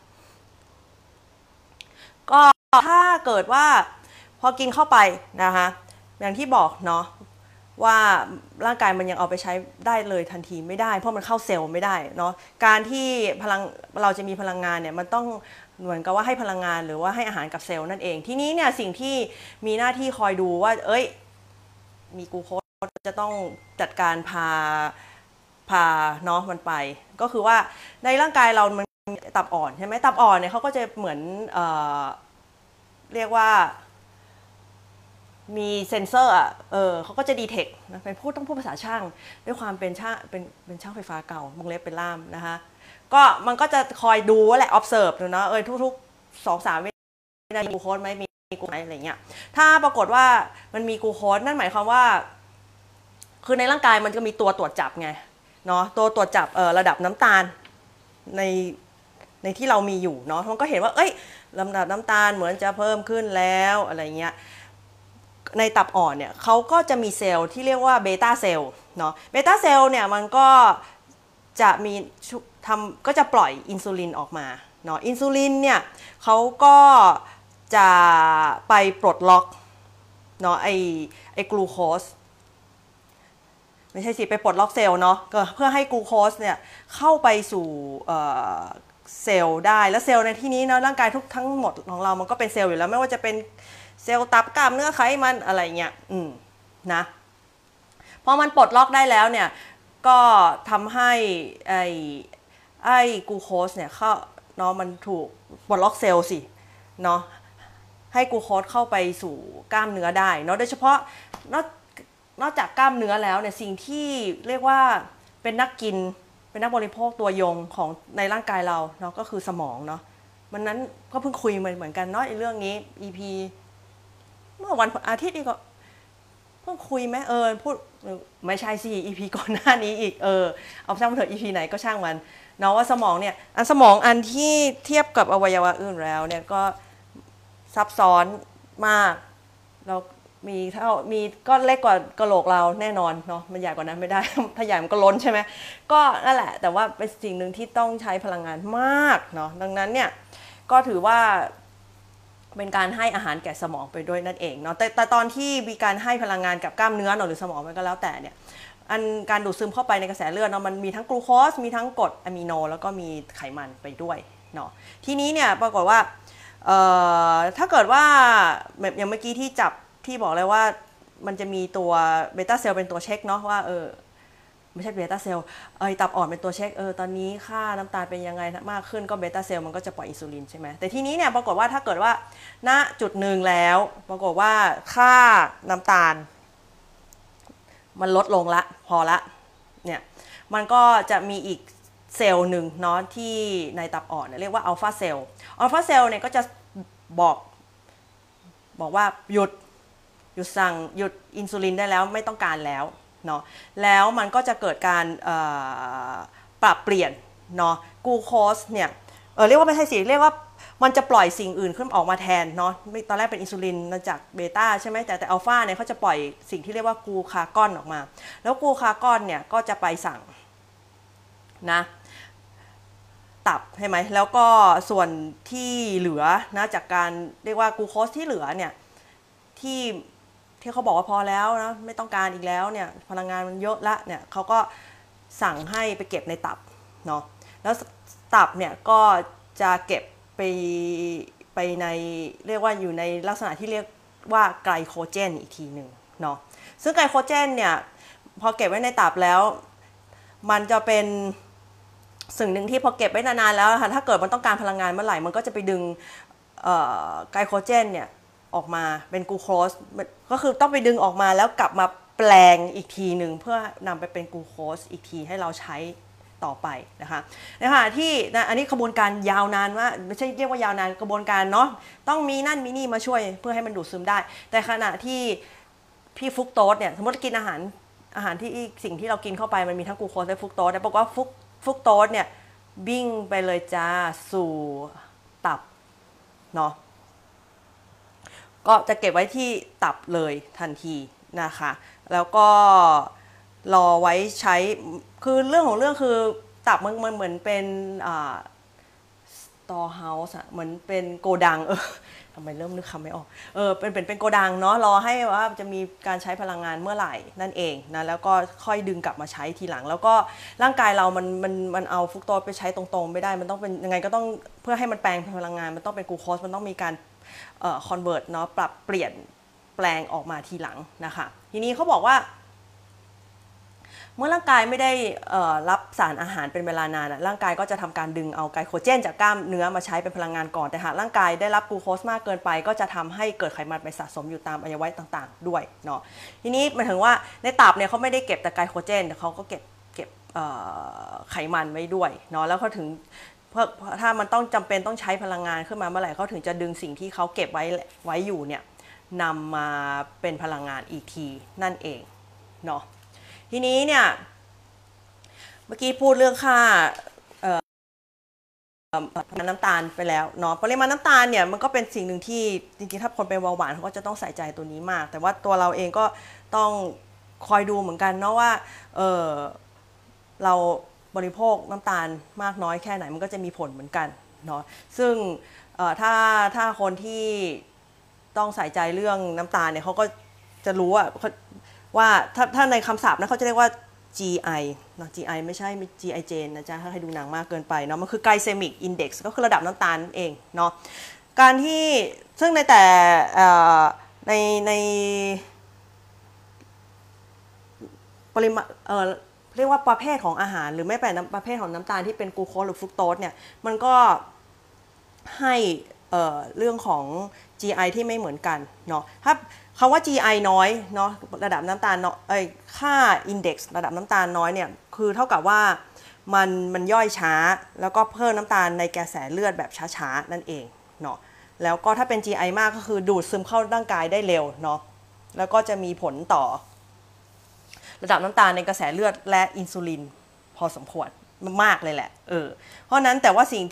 ก็ถ้าเกิดว่าพอกินเข้าไปนะคะอย่างที่บอกเนาะว่าร่างกายมันยังเอาไปใช้ได้เลยทันทีไม่ได้เพราะมันเข้าเซลล์ไม่ได้เนาะการที่เราจะมีพลังงานเนี่ยมันต้องเหมือนกับว่าให้พลังงานหรือว่าให้อาหารกับเซลล์นั่นเองทีนี้เนี่ยสิ่งที่มีหน้าที่คอยดูว่ามีกลูโคสจะต้องจัดการพาเนาะมันไปก็คือว่าในร่างกายเรามันตับอ่อนใช่ไหมตับอ่อนเนี่ยเขาก็จะเหมือนเรียกว่ามีเซนเซอร์เขาก็จะดีเทคนะต้องพูดภาษาช่างด้วยความเป็นช่างเป็นช่างไฟฟ้าเก่าวงเล็บเป็นล่ามนะคะก็มันก็จะคอยดูว่าแหละ observe เนาะทุกๆ2-3 วินาทีกลูโคสไหมมีกลูโคสอะไรเงี้ยถ้าปรากฏว่ามันมีกลูโคสนั่นหมายความว่าคือในร่างกายมันก็มีตัวตรวจจับไงเนาะตัวตรวจจับระดับน้ำตาลในที่เรามีอยู่เนาะมันก็เห็นว่าลำดับน้ำตาลเหมือนจะเพิ่มขึ้นแล้วอะไรเงี้ยในตับอ่อนเนี่ยเขาก็จะมีเซลล์ที่เรียกว่าเบต้าเซลล์เนาะเบต้าเซลล์เนี่ยมันก็จะมีก็จะปล่อยอินซูลินออกมาเนาะอินซูลินเนี่ยเขาก็จะไปปลดล็อกเนาะไอกลูโคสไม่ใช่สิไปปลดล็อกเซลล์เนาะก็เพื่อให้กลูโคสเนี่ยเข้าไปสู่เซลล์ได้แล้วเซลล์ในที่นี้เนาะร่างกายทั้งหมดของเรามันก็เป็นเซลล์อยู่แล้วไม่ว่าจะเป็นเซลล์ตับกล้ามเนื้อไขมันอะไรเงี้ยนะพอมันปลดล็อกได้แล้วเนี่ยก็ทำให้ไอ้กลูโคสเนี่ยเข้าเนาะมันถูกปลดล็อกเซลล์สิเนาะให้กลูโคสเข้าไปสู่กล้ามเนื้อได้เนาะโดยเฉพาะนอกจากกล้ามเนื้อแล้วเนี่ยสิ่งที่เรียกว่าเป็นนักกินเป็นนักบริโภคตัวยงของในร่างกายเราเนาะก็คือสมองเนาะมันนั้นก็เพิ่งคุยเหมือนกันเนาะไอ้เรื่องนี้ EP เมื่อวันอาทิตย์นี้ก็เพิ่งคุยไหมพูดไม่ใช่สิ EP ก่อนหน้านี้อีกเอาช่างมันเถอะ EP ไหนก็ช่างมันเนาะว่าสมองเนี่ยสมองอันที่เทียบกับอวัยวะอื่นแล้วเนี่ยก็ซับซ้อนมากเรามีก็เล็กกว่ากระโหลกเราแน่นอนเนาะมันใหญ่กว่านั้นไม่ได้ถ้าใหญ่มันก็ล้นใช่ไหมก็นั่นแหละแต่ว่าเป็นสิ่งหนึ่งที่ต้องใช้พลังงานมากเนาะดังนั้นเนี่ยก็ถือว่าเป็นการให้อาหารแก่สมองไปด้วยนั่นเองเนาะแต่ตอนที่มีการให้พลังงานกับกล้ามเนื้อหรือสมองมันก็แล้วแต่เนี่ยการดูดซึมเข้าไปในกระแสเลือดเนาะมันมีทั้งกลูโคสมีทั้งกรดอะมิโนแล้วก็มีไขมันไปด้วยเนาะทีนี้เนี่ยปรากฏว่าถ้าเกิดว่าแบบอย่างเมื่อกี้ที่บอกเลยว่ามันจะมีตัวเบต้าเซลล์เป็นตัวเช็คเนาะว่าไม่ใช่เบต้าเซลล์ตับอ่อนเป็นตัวเช็คตอนนี้ค่าน้ำตาลเป็นยังไงมากขึ้นก็เบต้าเซลล์มันก็จะปล่อยอินซูลินใช่ไหมแต่ทีนี้เนี่ยปรากฏว่าถ้าเกิดว่าณจุดหนึ่งแล้วปรากฏว่าค่าน้ำตาลมันลดลงละพอละเนี่ยมันก็จะมีอีกเซลล์หนึ่งเนาะที่ในตับอ่อนเรียกว่าอัลฟาเซลล์เนี่ยก็จะบอกว่าหยุดอินซูลินได้แล้วไม่ต้องการแล้วเนาะแล้วมันก็จะเกิดการปรับเปลี่ยนเนาะกลูโคสเนี่ยเรียกว่าไม่ใช่สิเรียกว่ามันจะปล่อยสิ่งอื่นขึ้นออกมาแทนเนาะตอนแรกเป็นอินซูลินมาจากเบต้าใช่ไหมแต่อัลฟาเนี่ยเขาจะปล่อยสิ่งที่เรียกว่ากลูคากอนออกมาแล้วกลูคากอนเนี่ยก็จะไปสั่งนะตับใช่ไหมแล้วก็ส่วนที่เหลือนะจากการเรียกว่ากลูโคสที่เหลือเนี่ยที่เขาบอกว่าพอแล้วนะไม่ต้องการอีกแล้วเนี่ยพลังงานมันเยอะละเนี่ยเขาก็สั่งให้ไปเก็บในตับเนาะแล้วตับเนี่ยก็จะเก็บไปในเรียกว่าอยู่ในลักษณะที่เรียกว่าไกลโคเจนอีกทีหนึ่งเนาะซึ่งไกลโคเจนเนี่ยพอเก็บไว้ในตับแล้วมันจะเป็นสิ่งหนึ่งที่พอเก็บไว้นานๆแล้วถ้าเกิดมันต้องการพลังงานเมื่อไหร่มันก็จะไปดึงไกลโคเจนเนี่ยออกมาเป็นกลูโคสก็คือต้องไปดึงออกมาแล้วกลับมาแปลงอีกทีหนึ่งเพื่อนำไปเป็นกลูโคสอีกทีให้เราใช้ต่อไปนะคะที่อันนี้กระบวนการยาวนานว่าไม่ใช่เรียกว่ายาวนานกระบวนการเนาะต้องมีนั่นมีนี่มาช่วยเพื่อให้มันดูดซึมได้แต่ขณะที่พี่ฟรุกโตสเนี่ยสมมติกินอาหารที่สิ่งที่เรากินเข้าไปมันมีทั้งกลูโคสและฟรุกโตสแต่บอกว่าฟรุกโตสเนี่ยวิ่งไปเลยจ้าสู่ตับเนาะก็จะเก็บไว้ที่ตับเลยทันทีนะคะแล้วก็รอไว้ใช้คือเรื่องของเรื่องคือตับมันเหมือนเป็นstore house อะเหมือนเป็นโกดังทำไมเริ่มนึกคำไม่ออกเป็นโกดังเนาะรอให้ว่าจะมีการใช้พลังงานเมื่อไหร่นั่นเองนะแล้วก็ค่อยดึงกลับมาใช้ทีหลังแล้วก็ร่างกายเรามันเอาฟรุกโตสไปใช้ตรงๆไม่ได้มันต้องเป็นยังไงก็ต้องเพื่อให้มันแปลงเป็นพลังงานมันต้องเป็นกลูโคสมันต้องมีการคอนเวิร์ตเนาะปรับเปลี่ยนแปลงออกมาทีหลังนะคะทีนี้เขาบอกว่าเมื่อร่างกายไม่ได้รับสารอาหารเป็นเวลานานร่างกายก็จะทำการดึงเอาไกลโคเจนจากกล้ามเนื้อมาใช้เป็นพลังงานก่อนแต่หากร่างกายได้รับกลูโคสมากเกินไปก็จะทำให้เกิดไขมันไปสะสมอยู่ตามอวัยวะต่างๆด้วยเนาะทีนี้หมายถึงว่าในตับเนี่ยเขาไม่ได้เก็บแต่ไกลโคเจนแต่เขาก็เก็บไขมันไว้ด้วยเนาะแล้วเขาถึงถ้ามันต้องจำเป็นต้องใช้พลังงานขึ้นมาเมื่อไหร่เขาถึงจะดึงสิ่งที่เขาเก็บไว้อยู่เนี่ยนำมาเป็นพลังงานอีกทีนั่นเองเนาะทีนี้เนี่ยเมื่อกี้พูดเรื่องค่าน้ำตาลไปแล้วเนาะปริมาณน้ำตาลเนี่ยมันก็เป็นสิ่งหนึ่งที่จริงๆถ้าคนเป็นเบาหวานเขาก็จะต้องใส่ใจตัวนี้มากแต่ว่าตัวเราเองก็ต้องคอยดูเหมือนกันเนาะว่าเราบริโภคน้ำตาลมากน้อยแค่ไหนมันก็จะมีผลเหมือนกันเนาะซึ่งถ้าคนที่ต้องใส่ใจเรื่องน้ำตาลเนี่ยเขาก็จะรู้ว่าถ้าในคำศัพท์นะเขาจะเรียกว่า GI เนาะ GI ไม่ใช่ GI Jane นะจ๊ะถ้าใครดูหนังมากเกินไปเนาะมันคือ Glycemic Index ก็คือระดับน้ำตาลเองเนาะการที่ซึ่งในแต่ในปริมาณเรียกว่าประเภทของอาหารหรือไม่เป็นประเภทของน้ำตาลที่เป็นกลูโคสหรือฟรุกโตสเนี่ยมันก็ให้เรื่องของ GI ที่ไม่เหมือนกันเนาะถ้าคำว่า GI น้อยเนาะระดับน้ำตาลเนาะค่า Index ระดับน้ำตาลน้อยเนี่ยคือเท่ากับว่ามันย่อยช้าแล้วก็เพิ่มน้ำตาลในกระแสเลือดแบบช้าๆนั่นเองเนาะแล้วก็ถ้าเป็น GI มากก็คือดูดซึมเข้าร่างกายได้เร็วเนาะแล้วก็จะมีผลต่อระดับน้ำตาลในกระแสเลือดและอินซูลินพอสมควรมากเลยแหละเพราะนั้นแต่ว่าสิ่ง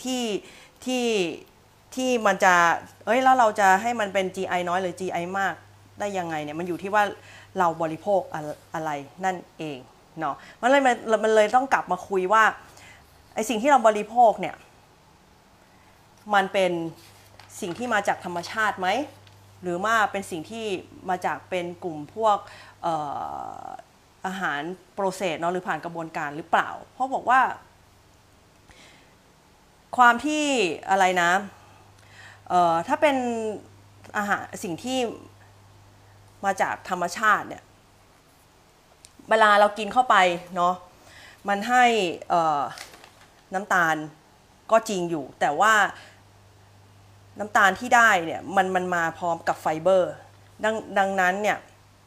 ที่มันจะแล้วเราจะให้มันเป็น GI น้อยหรือ GI มากได้ยังไงเนี่ยมันอยู่ที่ว่าเราบริโภคอะไรนั่นเองเนาะมันเลยต้องกลับมาคุยว่าไอสิ่งที่เราบริโภคเนี่ยมันเป็นสิ่งที่มาจากธรรมชาติไหมหรือว่าเป็นสิ่งที่มาจากเป็นกลุ่มพวกอาหารโปรเซสเนาะหรือผ่านกระบวนการหรือเปล่าเพราะบอกว่าความที่อะไรนะถ้าเป็นอาหารสิ่งที่มาจากธรรมชาติเนี่ยเวลาเรากินเข้าไปเนาะมันให้น้ำตาลก็จริงอยู่แต่ว่าน้ำตาลที่ได้เนี่ยมันมาพร้อมกับไฟเบอร์ดังนั้นเนี่ย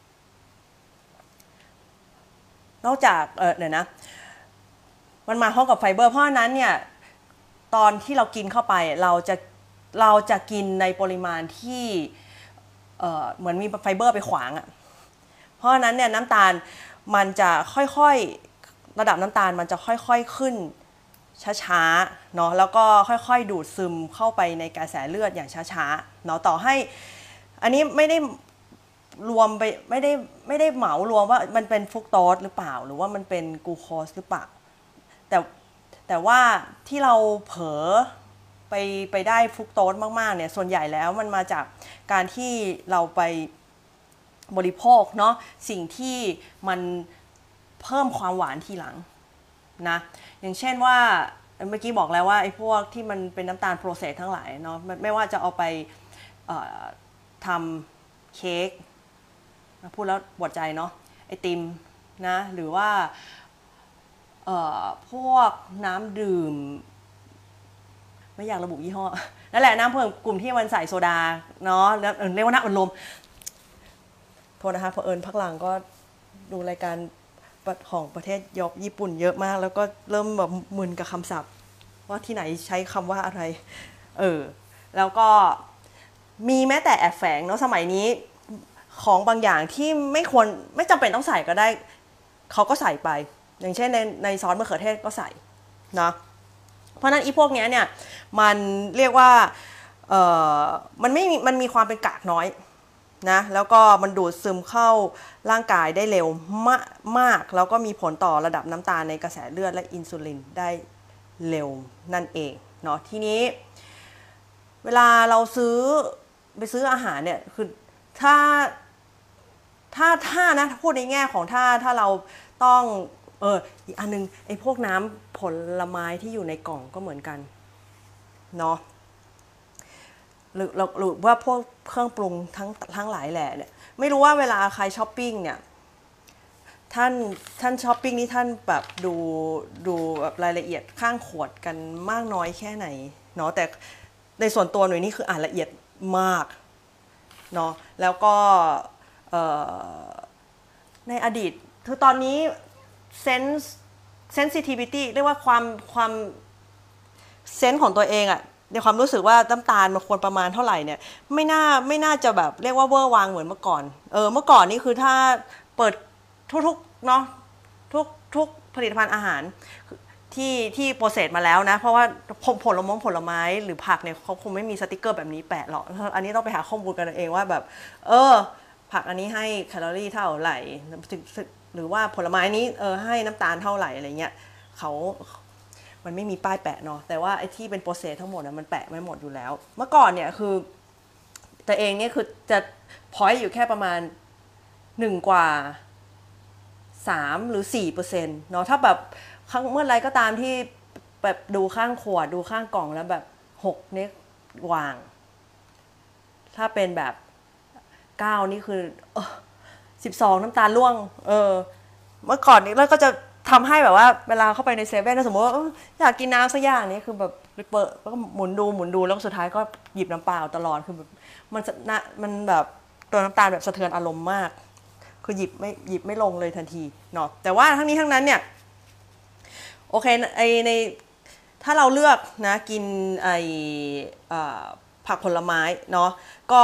นอกจากเนี่ยนะมันมาพร้อมกับไฟเบอร์เพราะฉะนั้นเนี่ยตอนที่เรากินเข้าไปเราจะกินในปริมาณที่เหมือนมีไฟเบอร์ไปขวางอ่ะเพราะฉะนั้นเนี่ยน้ำตาลมันจะค่อยๆระดับน้ำตาลมันจะค่อยๆขึ้นช้าๆเนาะแล้วก็ค่อยๆดูดซึมเข้าไปในกระแสเลือดอย่างช้าๆเนาะต่อให้อันนี้ไม่ได้รวมไปไม่ได้เหมารวมว่ามันเป็นฟรุกโตสหรือเปล่าหรือว่ามันเป็นกลูโคสหรือเปล่าแต่ว่าที่เราเผลอไปได้ฟรุกโตสมากๆเนี่ยส่วนใหญ่แล้วมันมาจากการที่เราไปบริโภคเนาะสิ่งที่มันเพิ่มความหวานทีหลังนะอย่างเช่นว่าเมื่อกี้บอกแล้วว่าไอ้พวกที่มันเป็นน้ำตาลโปรเซสทั้งหลายเนาะไม่ว่าจะเอาไปทำเค้กพูดแล้วปวดใจเนาะไอติมนะหรือว่าพวกน้ำดื่มไม่อยากระบุยี่ห้อนั่นแหละน้ำเพิ่มกลุ่มที่มันใส่โซดาเนาะแล้วเรียกว่าน้ำอัดลมโทษนะคะเพราะพักหลังก็ดูรายการของประเทศญี่ปุ่นเยอะมากแล้วก็เริ่มแบบมึนกับคำศัพท์ว่าที่ไหนใช้คำว่าอะไรแล้วก็มีแม้แต่แอบแฝงเนาะสมัยนี้ของบางอย่างที่ไม่จำเป็นต้องใส่ก็ได้เขาก็ใส่ไปอย่างเช่นในซอสมะเขือเทศก็ใส่นะเพราะนั้นอีพวกนี้เนี่ยมันเรียกว่ามันมีความเป็นกากน้อยนะแล้วก็มันดูดซึมเข้าร่างกายได้เร็วมากแล้วก็มีผลต่อระดับน้ำตาลในกระแสเลือดและอินซูลินได้เร็วนั่นเองเนาะทีนี้เวลาเราไปซื้ออาหารเนี่ยคือถ้านะพูดในแง่ของถ้าเราต้องอีกอันนึงไอ้พวกน้ำผลไม้ที่อยู่ในกล่องก็เหมือนกันเนาะหรือว่าพวกเครื่องปรุงทั้งหลายแหละเนี่ยไม่รู้ว่าเวลาใครช้อปปิ้งเนี่ยท่านช้อปปิ้งนี่ท่านแบบดูแบบรายละเอียดข้างขวดกันมากน้อยแค่ไหนเนาะแต่ในส่วนตัวหน่วยนี่คืออ่านละเอียดมากเนาะแล้วก็ในอดีตคือตอนนี้sensitivity เรียกว่าความเซนส์ของตัวเองอะในความรู้สึกว่าน้ำตาลมันควรประมาณเท่าไหร่เนี่ยไม่น่าจะแบบเรียกว่าเวอร์วางเหมือนเมื่อก่อนเมื่อก่อนนี่คือถ้าเปิดทุกเนาะทุกผลิตภัณฑ์อาหารที่โปรเซสมาแล้วนะเพราะว่าผลไม้หรือผักเนี่ยเขาคงไม่มีสติกเกอร์แบบนี้แปะหรอกอันนี้ต้องไปหาข้อมูลกันเองว่าแบบผักอันนี้ให้แคลอรี่เท่าไหร่หรือว่าผลไม้นี้ให้น้ำตาลเท่าไหร่อะไรเงี้ยมันไม่มีป้ายแปะเนาะแต่ว่าไอ้ที่เป็นโปรเซสทั้งหมดมันแปะไว้หมดอยู่แล้วเมื่อก่อนเนี่ยคือตัวเองเนี่ยคือจะพอยต์อยู่แค่ประมาณ1กว่า3หรือ 4% เนาะถ้าแบบเมื่อไรก็ตามที่แบบดูข้างขวดดูข้างกล่องแล้วแบบ6เนี่ยวางถ้าเป็นแบบ9นี่คือ12น้ำตาลร่วงเมื่อก่อนนี้เราก็จะทำให้แบบว่าเวลาเข้าไปในเซเว่นสมมติว่าอยากกินน้ำสักอย่างนี้คือแบบเปิดแล้วก็หมุนดูแล้วสุดท้ายก็หยิบน้ำเปล่าตลอดคือแบบมันแบบตัวน้ำตาลแบบสะเทือนอารมณ์มากคือหยิบไม่ลงเลยทันทีเนาะแต่ว่าทั้งนี้ทั้งนั้นเนี่ยโอเคในถ้าเราเลือกนะกินผักผลไม้เนาะก็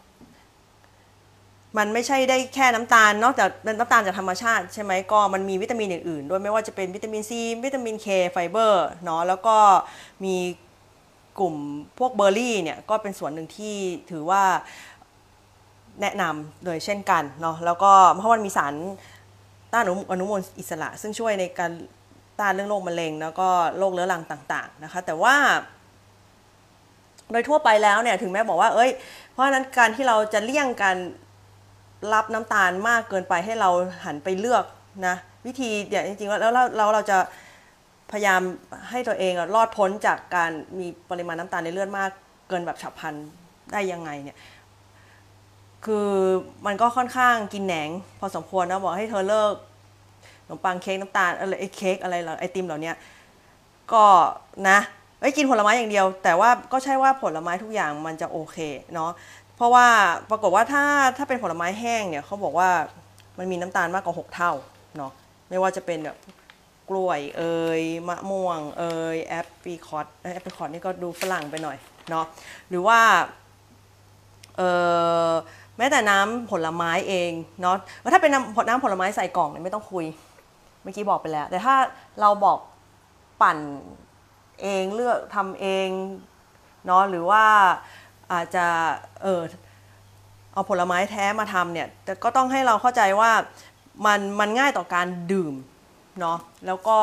มันไม่ใช่ได้แค่น้ำตาลนอกจากเป็นน้ำตาลจากธรรมชาติใช่ไหมก็มันมีวิตามินอื่นๆด้วยไม่ว่าจะเป็นวิตามินซีวิตามินเคไฟเบอร์เนาะแล้วก็มีกลุ่มพวกเบอร์รี่เนี่ยก็เป็นส่วนหนึ่งที่ถือว่าแนะนำโดยเช่นกันเนาะแล้วก็เพราะมันมีสารต้านอนุมูลอิสระซึ่งช่วยในการต้านเรื่องโรคมะเร็งแล้วก็โรคเรื้อรังต่างๆนะคะแต่ว่าโดยทั่วไปแล้วเนี่ยถึงแม้บอกว่าเพราะฉะนั้นการที่เราจะเลี่ยงการรับน้ำตาลมากเกินไปให้เราหันไปเลือกนะวิธีเนี่ยจริงๆแล้วเราจะพยายามให้ตัวเองรอดพ้นจากการมีปริมาณน้ำตาลในเลือดมากเกินแบบฉับพลันได้ยังไงเนี่ยคือมันก็ค่อนข้างกินแหนงพอสมควรนะบอกให้เธอเลิกขนมปังเค้กน้ำตาลอะไรเค้กอะไรไอติมเหล่านี้ก็นะกินผลไม้อย่างเดียวแต่ว่าก็ใช่ว่าผลไม้ทุกอย่างมันจะโอเคเนาะเพราะว่าปรากฏว่าถ้าเป็นผลไม้แห้งเนี่ยเขาบอกว่ามันมีน้ำตาลมากกว่า6 เท่าเนาะไม่ว่าจะเป็นแบบกล้วยมะม่วงแอปเปิลคอตนี่ก็ดูฝรั่งไปหน่อยเนาะหรือว่าแม้แต่น้ำผลไม้เองเนาะถ้าเป็นน้ำผลไม้ใส่กล่องเนี่ยไม่ต้องคุยเมื่อกี้บอกไปแล้วแต่ถ้าเราบอกปั่นเองเลือกทำเองเนาะหรือว่าอาจจะเอาผลไม้แท้มาทำเนี่ยแต่ก็ต้องให้เราเข้าใจว่ามันง่ายต่อการดื่มเนาะแล้วก็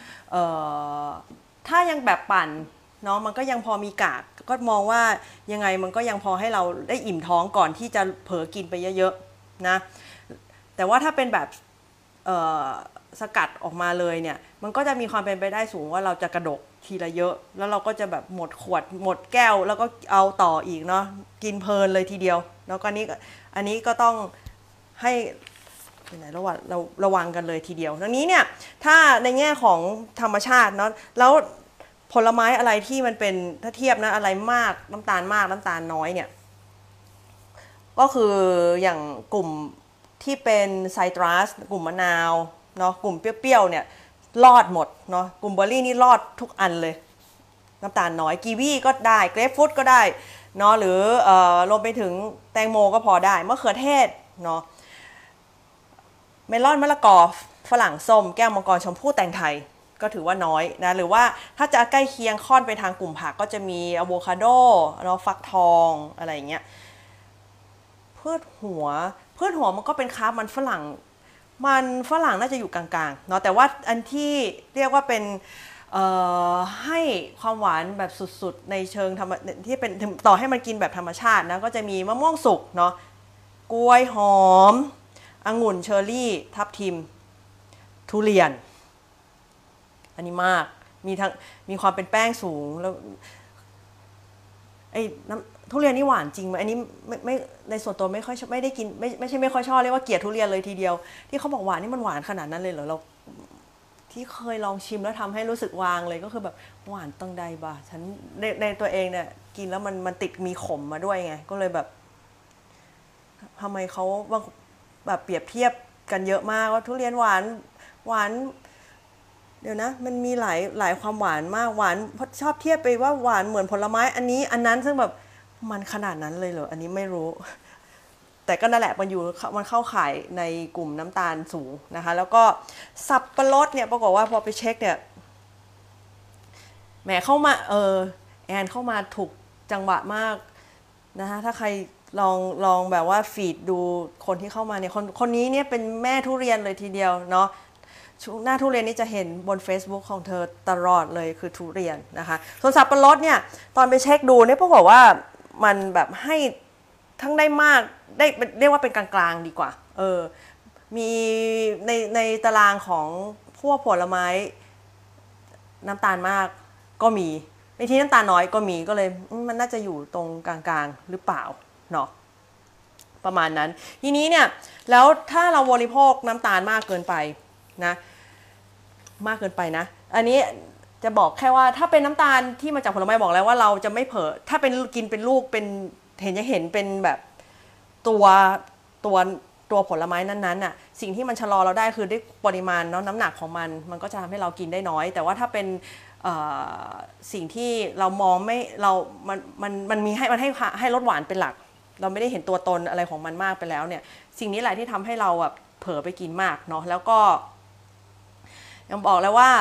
ถ้ายังแบบปั่นเนาะมันก็ยังพอมีกากก็มองว่ายังไงมันก็ยังพอให้เราได้อิ่มท้องก่อนที่จะเผลอกินไปเยอะๆนะแต่ว่าถ้าเป็นแบบสกัดออกมาเลยเนี่ยมันก็จะมีความเป็นไปได้สูงว่าเราจะกระดกทีละเยอะแล้วเราก็จะแบบหมดขวดหมดแก้วแล้วก็เอาต่ออีกเนาะกินเพลินเลยทีเดียวแล้วก็อันนี้ก็ต้องให้ระวังกันเลยทีเดียวดังนี้เนี่ยถ้าในแง่ของธรรมชาติเนาะแล้วผลไม้อะไรที่มันเป็นถ้าเทียบนะอะไรมากน้ำตาลมากน้ำตาลน้อยเนี่ยก็คืออย่างกลุ่มที่เป็นไซตรัสกลุ่มมะนาวเนาะกลุ่มเปรี้ยวๆเนี่ยรอดหมดเนาะกลุ่มเบอร์รี่นี่รอดทุกอันเลยน้ำตาลน้อยกีวีก็ได้เกรปฟรุตก็ได้เนาะหรือรวมไปถึงแตงโมก็พอได้มะเขือเทศเนาะเมลอนมะละกอฝรั่งส้มแก้วมังกรชมพู่แตงไทยก็ถือว่าน้อยนะหรือว่าถ้าจะใกล้เคียงค่อนไปทางกลุ่มผักก็จะมีอะโวคาโดเนาะฟักทองอะไรอย่างเงี้ยพืชหัวมันก็เป็นคาร์บมันฝรั่งน่าจะอยู่กลางๆเนาะแต่ว่าอันที่เรียกว่าเป็นให้ความหวานแบบสุดๆในเชิงธรรมที่เป็นต่อให้มันกินแบบธรรมชาตินะก็จะมีมะม่วงสุกเนาะกล้วยหอมองุ่นเชอร์รี่ทับทิมทุเรียนอันนี้มากมีความเป็นแป้งสูงแล้วไอ้น้ำทุเรียนนี่หวานจริงไหมอันนี้ไม่ในส่วนตัวไม่ได้กินไม่ใช่ไม่ค่อยชอบเรียกว่าเกลียดทุเรียนเลยทีเดียวที่เขาบอกหวานนี่มันหวานขนาดนั้นเลยเหรอเราที่เคยลองชิมแล้วทำให้รู้สึกวางเลยก็คือแบบหวานตั้งใดบ่าฉันในตัวเองเนี่ยกินแล้วมันติดมีขมมาด้วยไงก็เลยแบบทำไมเขาแบบเปรียบเทียบกันเยอะมากว่าทุเรียนหวานเดี๋ยวนะมันมีหลายความหวานมากหวานชอบเทียบไปว่าหวานเหมือนผลไม้อันนี้อันนั้นซึ่งแบบมันขนาดนั้นเลยเหรออันนี้ไม่รู้แต่ก็นั่นแหละมันเข้าข่ายในกลุ่มน้ำตาลสูงนะคะแล้วก็สับปะรดเนี่ยปรากฏว่าพอไปเช็คเนี่ยแหมเข้ามาแอนเข้ามาถูกจังหวะมากนะคะถ้าใครลองแบบว่าฟีดดูคนที่เข้ามาเนี่ยคนนี้เนี่ยเป็นแม่ทุเรียนเลยทีเดียวเนาะหน้าทุเรียนนี่จะเห็นบน Facebook ของเธอตลอดเลยคือทุเรียนนะคะส่วนสับปะรดเนี่ยตอนไปเช็คดูเนี่ยปรากฏว่ามันแบบให้ทั้งได้มากได้เรียกว่าเป็นกลางๆดีกว่ามีในตารางของพวกผลไม้น้ำตาลมากก็มีในที่น้ำตาลน้อยก็มีก็เลยมันน่าจะอยู่ตรงกลางๆหรือเปล่าเนาะประมาณนั้นทีนี้เนี่ยแล้วถ้าเราบริโภคน้ำตาลมากเกินไปนะอันนี้จะบอกแค่ว่าถ้าเป็นน้ำตาลที่มาจากผลไม้บอกแล้วว่าเราจะไม่เผลอถ้าเป็นกินเป็นลูกเป็นเห็นเป็นแบบตัวผลไม้นั้นๆน่ะสิ่งที่มันชะลอเราได้คือด้วยปริมาณน้ำหนักของมันก็จะทำให้เรากินได้น้อยแต่ว่าถ้าเป็นสิ่งที่เรามองไม่เรามันมีให้ลดหวานเป็นหลักเราไม่ได้เห็นตัวตนอะไรของมันมากไปแล้วเนี่ยสิ่งนี้แหละที่ทำให้เราแบบเผลอไปกินมากเนาะแล้วก็ยังบอกแล้วว่า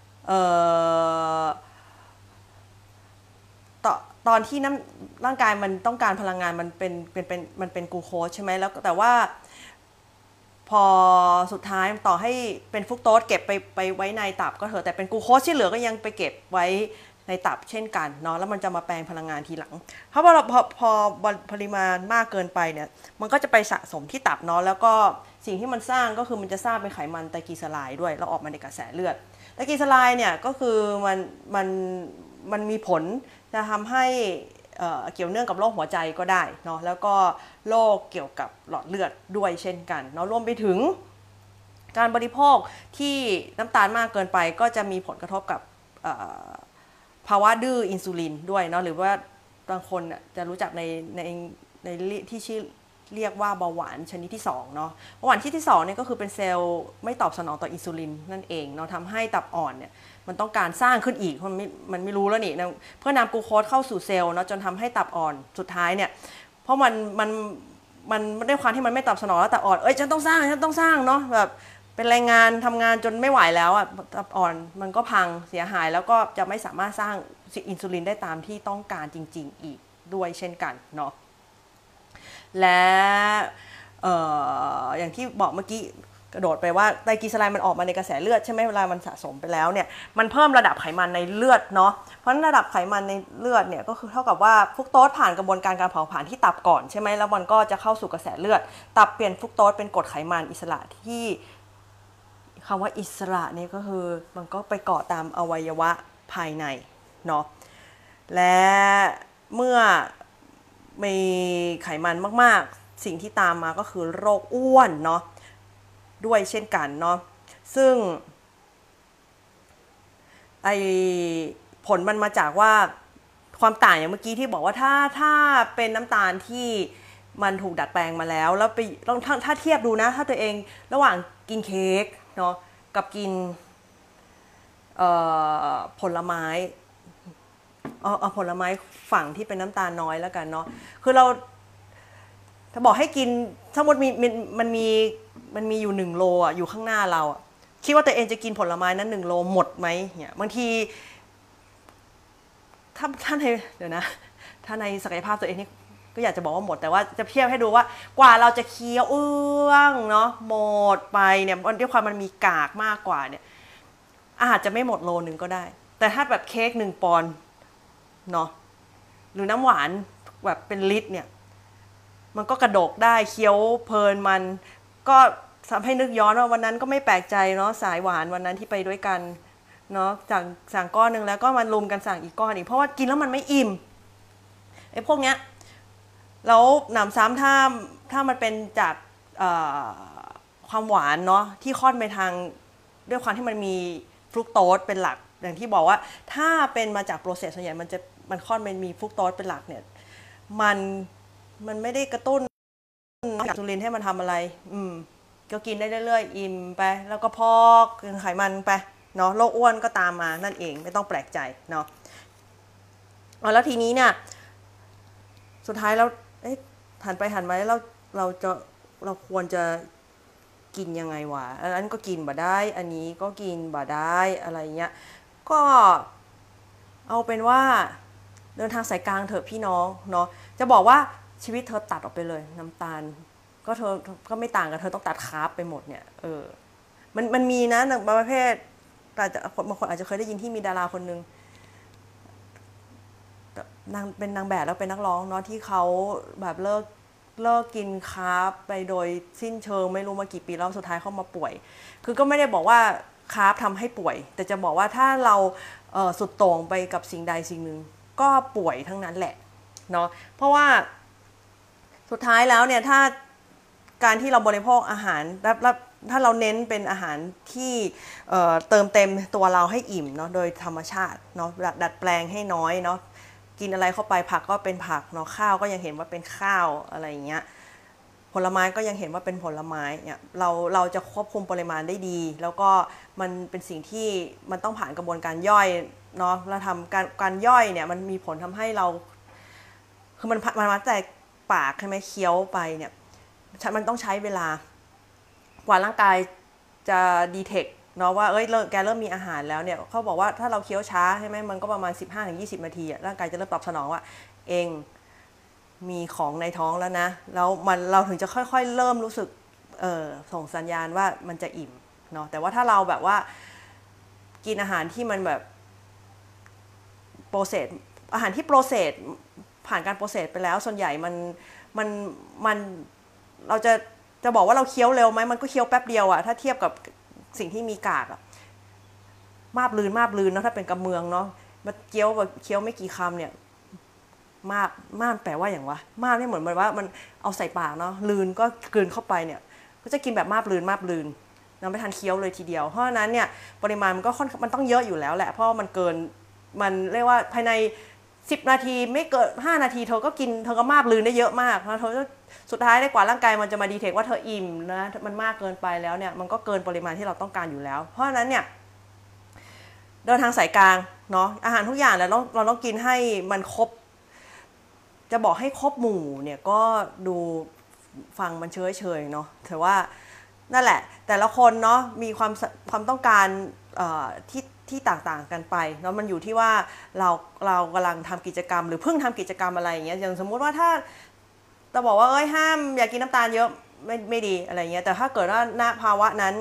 ตอนที่ร่างกายมันต้องการพลังงานมันเป็นกลูโคสใช่ไหมแล้วแต่ว่าพอสุดท้ายต่อให้เป็นฟรุกโตสเก็บไปไว้ในตับก็เถอะแต่เป็นกลูโคสที่เหลือก็ยังไปเก็บไว้ในตับเช่นกันเนาะแล้วมันจะมาแปลงพลังงานทีหลังเพราะว่าพอปริมาณมากเกินไปเนี่ยมันก็จะไปสะสมที่ตับเนาะแล้วก็สิ่งที่มันสร้างก็คือมันจะสร้างเป็นไขมันไตรกลีเซอไรด์ด้วยแล้วออกมาในกระแสเลือดไตรกลีเซอไรด์เนี่ยก็คือมันมีผลจะทำให้เกี่ยวเนื่องกับโรคหัวใจก็ได้เนาะแล้วก็โรคเกี่ยวกับหลอดเลือดด้วยเช่นกันเนาะรวมไปถึงการบริโภคที่น้ำตาลมากเกินไปก็จะมีผลกระทบกับภาวะดื้ออินซูลินด้วยเนาะหรือว่าบางคนจะรู้จักในที่ชื่อเรียกว่าเบาหวานชนิดที่2เนาะเบาหวานชนิดที่2เนี่ยก็คือเป็นเซลล์ไม่ตอบสนองต่ออินซูลินนั่นเองเนาะทำให้ตับอ่อนเนี่ยมันต้องการสร้างขึ้นอีกมันไม่รู้แล้วนี่เพื่อนำกลูโคสเข้าสู่เซลล์เนาะจนทำให้ตับอ่อนสุดท้ายเนี่ยเพราะมันด้วยความที่มันไม่ตอบสนองแล้วตับอ่อนฉันต้องสร้างเนาะแบบเป็นแรงงานทำงานจนไม่ไหวแล้วอ่ะตับอ่อนมันก็พังเสียหายแล้วก็จะไม่สามารถสร้างอินซูลินได้ตามที่ต้องการจริงๆอีกด้วยเช่นกันเนาะและอย่างที่บอกเมื่อกี้กระโดดไปว่าไตรกลีเซอไรด์มันออกมาในกระแสเลือดใช่ไหมเวลามันสะสมไปแล้วเนี่ยมันเพิ่มระดับไขมันในเลือดเนาะเพราะระดับไขมันในเลือดเนี่ยก็คือเท่ากับว่าฟรุกโตสผ่านกระบวนการเผาผลาญที่ตับก่อนใช่ไหมแล้วมันก็จะเข้าสู่กระแสเลือดตับเปลี่ยนฟรุกโตสเป็นกรดไขมันอิสระที่คำว่าอิสระนี่ก็คือมันก็ไปเกาะตามอวัยวะภายในเนาะและเมื่อมีไขมันมากๆสิ่งที่ตามมาก็คือโรคอ้วนเนาะด้วยเช่นกันเนาะซึ่งผลมันมาจากว่าความต่างอย่างเมื่อกี้ที่บอกว่าถ้าเป็นน้ำตาลที่มันถูกดัดแปลงมาแล้วไปถ้าเทียบดูนะถ้าตัวเองระหว่างกินเค้กเนาะกับกินผลไม้เอาผลไม้ฝั่งที่เป็นน้ำตาลน้อยแล้วกันเนาะคือเราถ้าบอกให้กินสมมติมันมีอยู่1 โลอ่ะอยู่ข้างหน้าเราอ่ะคิดว่าตัวเองจะกินผลไม้นั้น1 โลหมดไหมเนี่ยบางทีถ้าในเดี๋ยวนะถ้าในศักยภาพตัวเองนี่ก็อยากจะบอกว่าหมดแต่ว่าจะเทียบให้ดูว่ากว่าเราจะเคี้ยวเอื้องเนาะหมดไปเนี่ยด้วยความมันมีกากมากกว่าเนี่ยอาจจะไม่หมดโลนึงก็ได้แต่ถ้าแบบเค้ก1 ปอนด์เนาะหรือน้ำหวานแบบเป็นลิตรเนี่ยมันก็กระดกได้เคี้ยวเพลินมันก็ทำให้นึกย้อนว่าวันนั้นก็ไม่แปลกใจเนาะสายหวานวันนั้นที่ไปด้วยกันเนาะสั่งก้อนนึงแล้วก็มารุมกันสั่งอีกก้อนอีกเพราะว่ากินแล้วมันไม่อิ่มไอ้พวกเนี้ยแล้วหนำซ้ำถ้ามันเป็นจากความหวานเนาะที่ค่อนไปทางด้วยความที่มันมีฟรุกโตสเป็นหลักอย่างที่บอกว่าถ้าเป็นมาจากโปรเซสส่วนใหญ่มันค่อนมันมีฟรุกโตสเป็นหลักเนี่ยมันไม่ได้กระตุ้นอินซูลินให้มันทำอะไรก็กินได้เรื่อยๆอิ่มไปแล้วก็พอกกินไขมันไปเนาะโรคอ้วนก็ตามมานั่นเองไม่ต้องแปลกใจเนาะแล้วทีนี้เนี่ยสุดท้ายแล้วหันไปหันมาแล้วเราควรจะกินยังไงวะอันนั้นก็กินบ่ได้อันนี้ก็กินบ่ได้อะไรเงี้ยก็เอาเป็นว่าเดินทางสายกลางเถอะพี่น้องเนาะจะบอกว่าชีวิตเธอตัดออกไปเลยน้ำตาลก็เธอก็ไม่ต่างกันเธอต้องตัดคาร์บไปหมดเนี่ยมันมีนะบางประเภทอาจจะบางคนอาจจะเคยได้ยินที่มีดาราคนนึงเป็นนางแบบแล้วเป็นนักร้องเนาะที่เขาแบบเลิกกินคาร์บไปโดยสิ้นเชิงไม่รู้มากี่ปีแล้วสุดท้ายเขามาป่วยคือก็ไม่ได้บอกว่าคาร์บทำให้ป่วยแต่จะบอกว่าถ้าเราสุดโต่งไปกับสิ่งใดสิ่งหนึ่งก็ป่วยทั้งนั้นแหละเนาะเพราะว่าสุดท้ายแล้วเนี่ยถ้าการที่เราบริโภคอาหารถ้าเราเน้นเป็นอาหารที่เติมเต็มตัวเราให้อิ่มเนาะโดยธรรมชาติเนาะดัดแปลงให้น้อยเนาะกินอะไรเข้าไปผักก็เป็นผักเนาะข้าวก็ยังเห็นว่าเป็นข้าวอะไรอย่างเงี้ยผลไม้ก็ยังเห็นว่าเป็นผลไม้เนี่ยเราจะควบคุมปริมาณได้ดีแล้วก็มันเป็นสิ่งที่มันต้องผ่านกระบวนการย่อยเนาะเราทำการย่อยเนี่ยมันมีผลทำให้เราคือมันมาแต่ปากใช่ไหมเคี้ยวไปเนี่ยมันต้องใช้เวลากว่าร่างกายจะดีเทคเนาะว่าแกเริ่มมีอาหารแล้วเนี่ยเขาบอกว่าถ้าเราเคี้ยวช้าใช่ไหมมันก็ประมาณ 15-20 นาทีร่างกายจะเริ่มตอบสนองว่าเองมีของในท้องแล้วนะแล้วเราถึงจะค่อยๆเริ่มรู้สึกส่งสัญญาณว่ามันจะอิ่มเนาะแต่ว่าถ้าเราแบบว่ากินอาหารที่มันแบบโปรเซสอาหารที่โปรเซสผ่านการโปรเซสไปแล้วส่วนใหญ่มันเราจะบอกว่าเราเคี้ยวเร็วไหมมันก็เคี้ยวแป๊บเดียวอะถ้าเทียบกับสิ่งที่มีกากอะมาบลืนเนาะถ้าเป็นกำเมืองเนาะมันเคี้ยวไม่กี่คำเนี่ยมาบแปลว่าอย่างวะมาบนี่เหมือนว่ามันเอาใส่ปากเนาะลืนก็กลืนเข้าไปเนี่ยก็จะกินแบบมาบลืนเราไม่ทันเคี้ยวเลยทีเดียวเพราะฉะนั้นเนี่ยปริมาณมันต้องเยอะอยู่แล้วแหละเพราะมันเกินมันเรียกว่าภายใน10 นาทีไม่เกิน5 นาทีเธอก็มาบลืนได้เยอะมากแล้วเธอสุดท้ายได้กว่าร่างกายมันจะมาดีเทคว่าเธออิ่มนะมันมากเกินไปแล้วเนี่ยมันก็เกินปริมาณที่เราต้องการอยู่แล้วเพราะฉะนั้นเนี่ยเดินทางสายกลางเนาะอาหารทุกอย่างแล้วเราต้องกินให้มันครบจะบอกให้ครบหมู่เนี่ยก็ดูฟังมันเฉยเนาะแต่ว่านั่นแหละแต่ละคนเนาะมีความต้องการที่ต่างๆกันไปเนาะมันอยู่ที่ว่าเรากำลังทำกิจกรรมหรือเพิ่งทำกิจกรรมอะไรอย่างเงี้ยอย่างสมมุติว่าถ้าจะบอกว่าห้ามอย่ากินน้ำตาลเยอะไม่ดีอะไรเงี้ยแต่ถ้าเกิดว่าณภาวะนั้น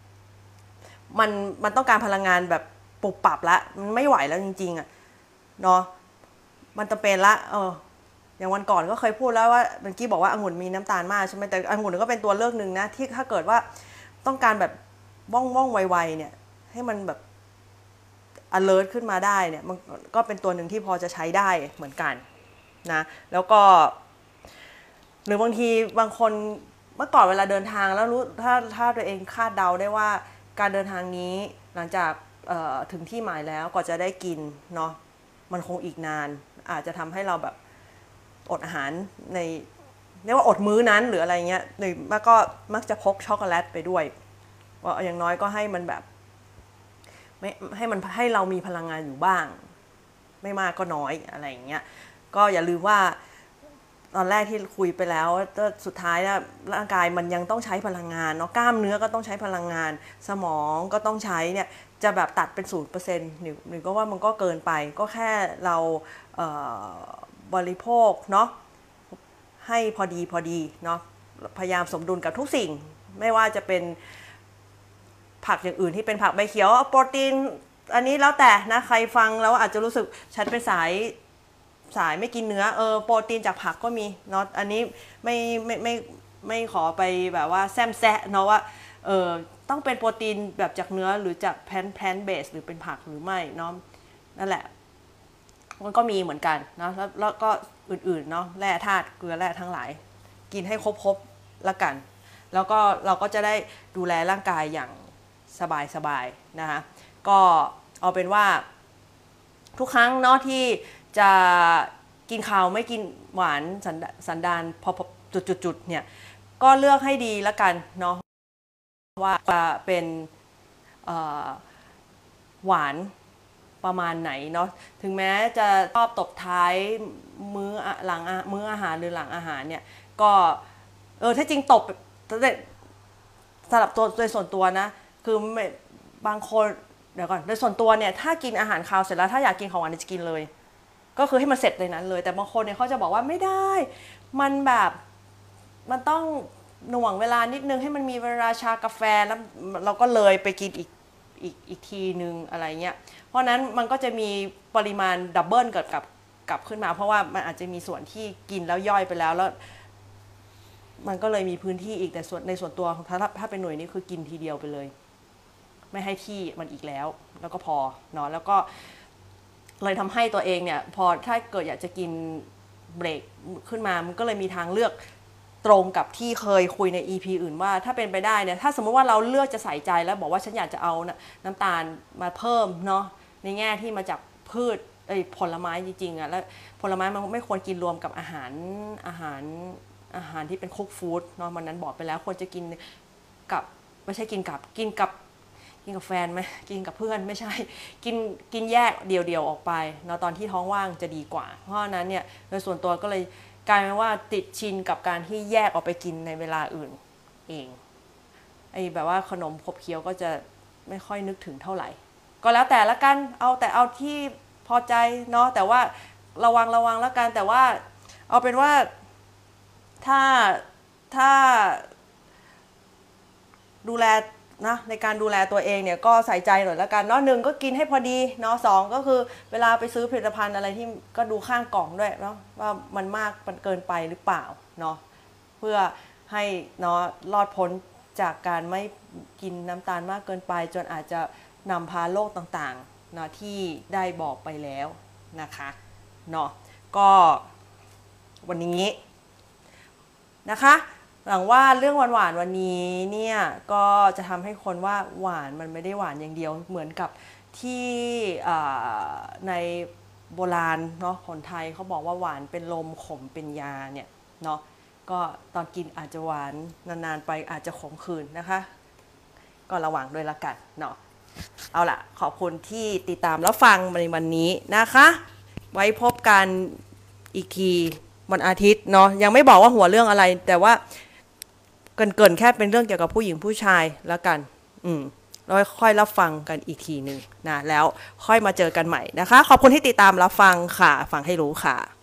มันต้องการพลังงานแบบปรับปรับละมันไม่ไหวแล้วจริงๆอ่ะเนาะมันจะเป็นละอย่างวันก่อนก็เคยพูดแล้วว่าเมื่อกี้บอกว่าองุ่นมีน้ำตาลมากใช่ไหมแต่องุ่นก็เป็นตัวเลือกหนึ่งนะที่ถ้าเกิดว่าต้องการแบบว่องไวๆเนี่ยให้มันแบบ alert ขึ้นมาได้เนี่ยมันก็เป็นตัวหนึ่งที่พอจะใช้ได้เหมือนกันนะแล้วก็หรือบางทีบางคนเมื่อก่อนเวลาเดินทางแล้วรู้ถ้าตัวเองคาดเดาได้ว่าการเดินทางนี้หลังจากถึงที่หมายแล้วก็จะได้กินเนาะมันคงอีกนานอาจจะทำให้เราแบบอดอาหารในเรียกว่าอดมื้อนั้นหรืออะไรเงี้ยหรือก็มักจะพกช็อกโกแลตไปด้วยว่าอย่างน้อยก็ให้มันแบบไม่ให้เรามีพลังงานอยู่บ้างไม่มากก็น้อยอะไรอย่างเงี้ยก็อย่าลืมว่าตอนแรกที่คุยไปแล้วสุดท้ายนะร่างกายมันยังต้องใช้พลังงานเนาะกล้ามเนื้อก็ต้องใช้พลังงานสมองก็ต้องใช้เนี่ยจะแบบตัดเป็น 0% หรือก็ว่ามันก็เกินไปก็แค่เราบริโภคเนาะให้พอดีเนาะพยายามสมดุลกับทุกสิ่งไม่ว่าจะเป็นผักอย่างอื่นที่เป็นผักใบเขียวโปรตีนอันนี้แล้วแต่นะใครฟังแล้วอาจจะรู้สึกฉันเป็นสายไม่กินเนื้อโปรตีนจากผักก็มีเนาะอันนี้ไม่ขอไปแบบว่าแซมแซะเนาะว่าต้องเป็นโปรตีนแบบจากเนื้อหรือจากแพลนเบสหรือเป็นผักหรือไม่เนาะนั่นแหละมันก็มีเหมือนกันเนาะแล้วก็อื่นๆเนาะแร่ธาตุเกลือแร่ทั้งหลายกินให้ครบละกันแล้วก็เราก็จะได้ดูแลร่างกายอย่างสบายนะคะก็เอาเป็นว่าทุกครั้งเนาะที่จะกินข้าวไม่กินหวานสันดานพอจุดเนี่ยก็เลือกให้ดีละกันเนาะว่าจะเป็นหวานประมาณไหนเนาะถึงแม้จะชอบตบท้ายมื้อหลังมื้ออาหารหรือหลังอาหารเนี่ยก็ถ้าจริงตบสำหรับตัวโดยส่วนตัวนะคือบางคนเดี๋ยวก่อนโดยส่วนตัวเนี่ยถ้ากินอาหารคาวเสร็จแล้วถ้าอยากกินของหวานจะกินเลยก็คือให้มันเสร็จเลยนั้นเลยแต่บางคนเนี่ยเขาจะบอกว่าไม่ได้มันแบบมันต้องหน่วงเวลานิดนึงให้มันมีเวลาชากาแฟแล้วเราก็เลยไปกินอีกทีนึงอะไรเงี้ยเพราะนั้นมันก็จะมีปริมาณดับเบิลกลับขึ้นมาเพราะว่ามันอาจจะมีส่วนที่กินแล้วย่อยไปแล้วมันก็เลยมีพื้นที่อีกแต่ในส่วนตัวถ้าเป็นหน่วยนี้คือกินทีเดียวไปเลยไม่ให้ที่มันอีกแล้วก็พอเนาะแล้วก็เลยทำให้ตัวเองเนี่ยพอถ้าเกิดอยากจะกินเบรกขึ้นมามันก็เลยมีทางเลือกตรงกับที่เคยคุยใน EP อื่นว่าถ้าเป็นไปได้เนี่ยถ้าสมมติว่าเราเลือกจะใส่ใจแล้วบอกว่าฉันอยากจะเอาน้ำตาลมาเพิ่มเนาะในแง่ที่มาจากพืชผลไม้จริงๆอ่ะแล้วผลไม้มันไม่ควรกินรวมกับอาหารที่เป็นคุกฟู้ดเนาะมันนั้นบอกไปแล้วควรจะกินกับไม่ใช่กินกับแฟนไหมกินกับเพื่อนไม่ใช่กินแยกเดี่ยวๆออกไปเนาะตอนที่ท้องว่างจะดีกว่าเพราะนั้นเนี่ยโดยส่วนตัวก็เลยกลายเป็นว่าติดชินกับการที่แยกออกไปกินในเวลาอื่นเองแบบว่าขนมขบเคี้ยวก็จะไม่ค่อยนึกถึงเท่าไหร่ก็แล้วแต่ละกันเอาที่พอใจเนาะแต่ว่าระวังแล้วกันแต่ว่าเอาเป็นว่าถ้าดูแลนะในการดูแลตัวเองเนี่ยก็ใส่ใจหน่อยแล้วกันเนาะหนึ่งก็กินให้พอดีเนาะสองก็คือเวลาไปซื้อผลิตภัณฑ์อะไรที่ก็ดูข้างกล่องด้วยเนาะว่ามันมากมันเกินไปหรือเปล่าเนาะเพื่อให้เนาะรอดพ้นจากการไม่กินน้ำตาลมากเกินไปจนอาจจะนำพาโรคต่างๆเนาะที่ได้บอกไปแล้วนะคะเนาะก็วันนี้นะคะหวังว่าเรื่องหวานวันนี้เนี่ยก็จะทำให้คนว่าหวานมันไม่ได้หวานอย่างเดียวเหมือนกับที่ในโบราณเนาะคนไทยเขาบอกว่าหวานเป็นลมขมเป็นยาเนี่ยเนาะก็ตอนกินอาจจะหวานนานๆไปอาจจะขมขื่นนะคะก็ระวังด้วยละกันเนาะเอาล่ะขอบคุณที่ติดตามแล้วฟังในวันนี้นะคะไว้พบกันอีกทีวันอาทิตย์เนาะยังไม่บอกว่าหัวเรื่องอะไรแต่ว่าเกินแค่เป็นเรื่องเกี่ยวกับผู้หญิงผู้ชายแล้วกันแล้วค่อยรับฟังกันอีกทีนึงนะแล้วค่อยมาเจอกันใหม่นะคะขอบคุณที่ติดตามรับฟังค่ะฟังให้รู้ค่ะ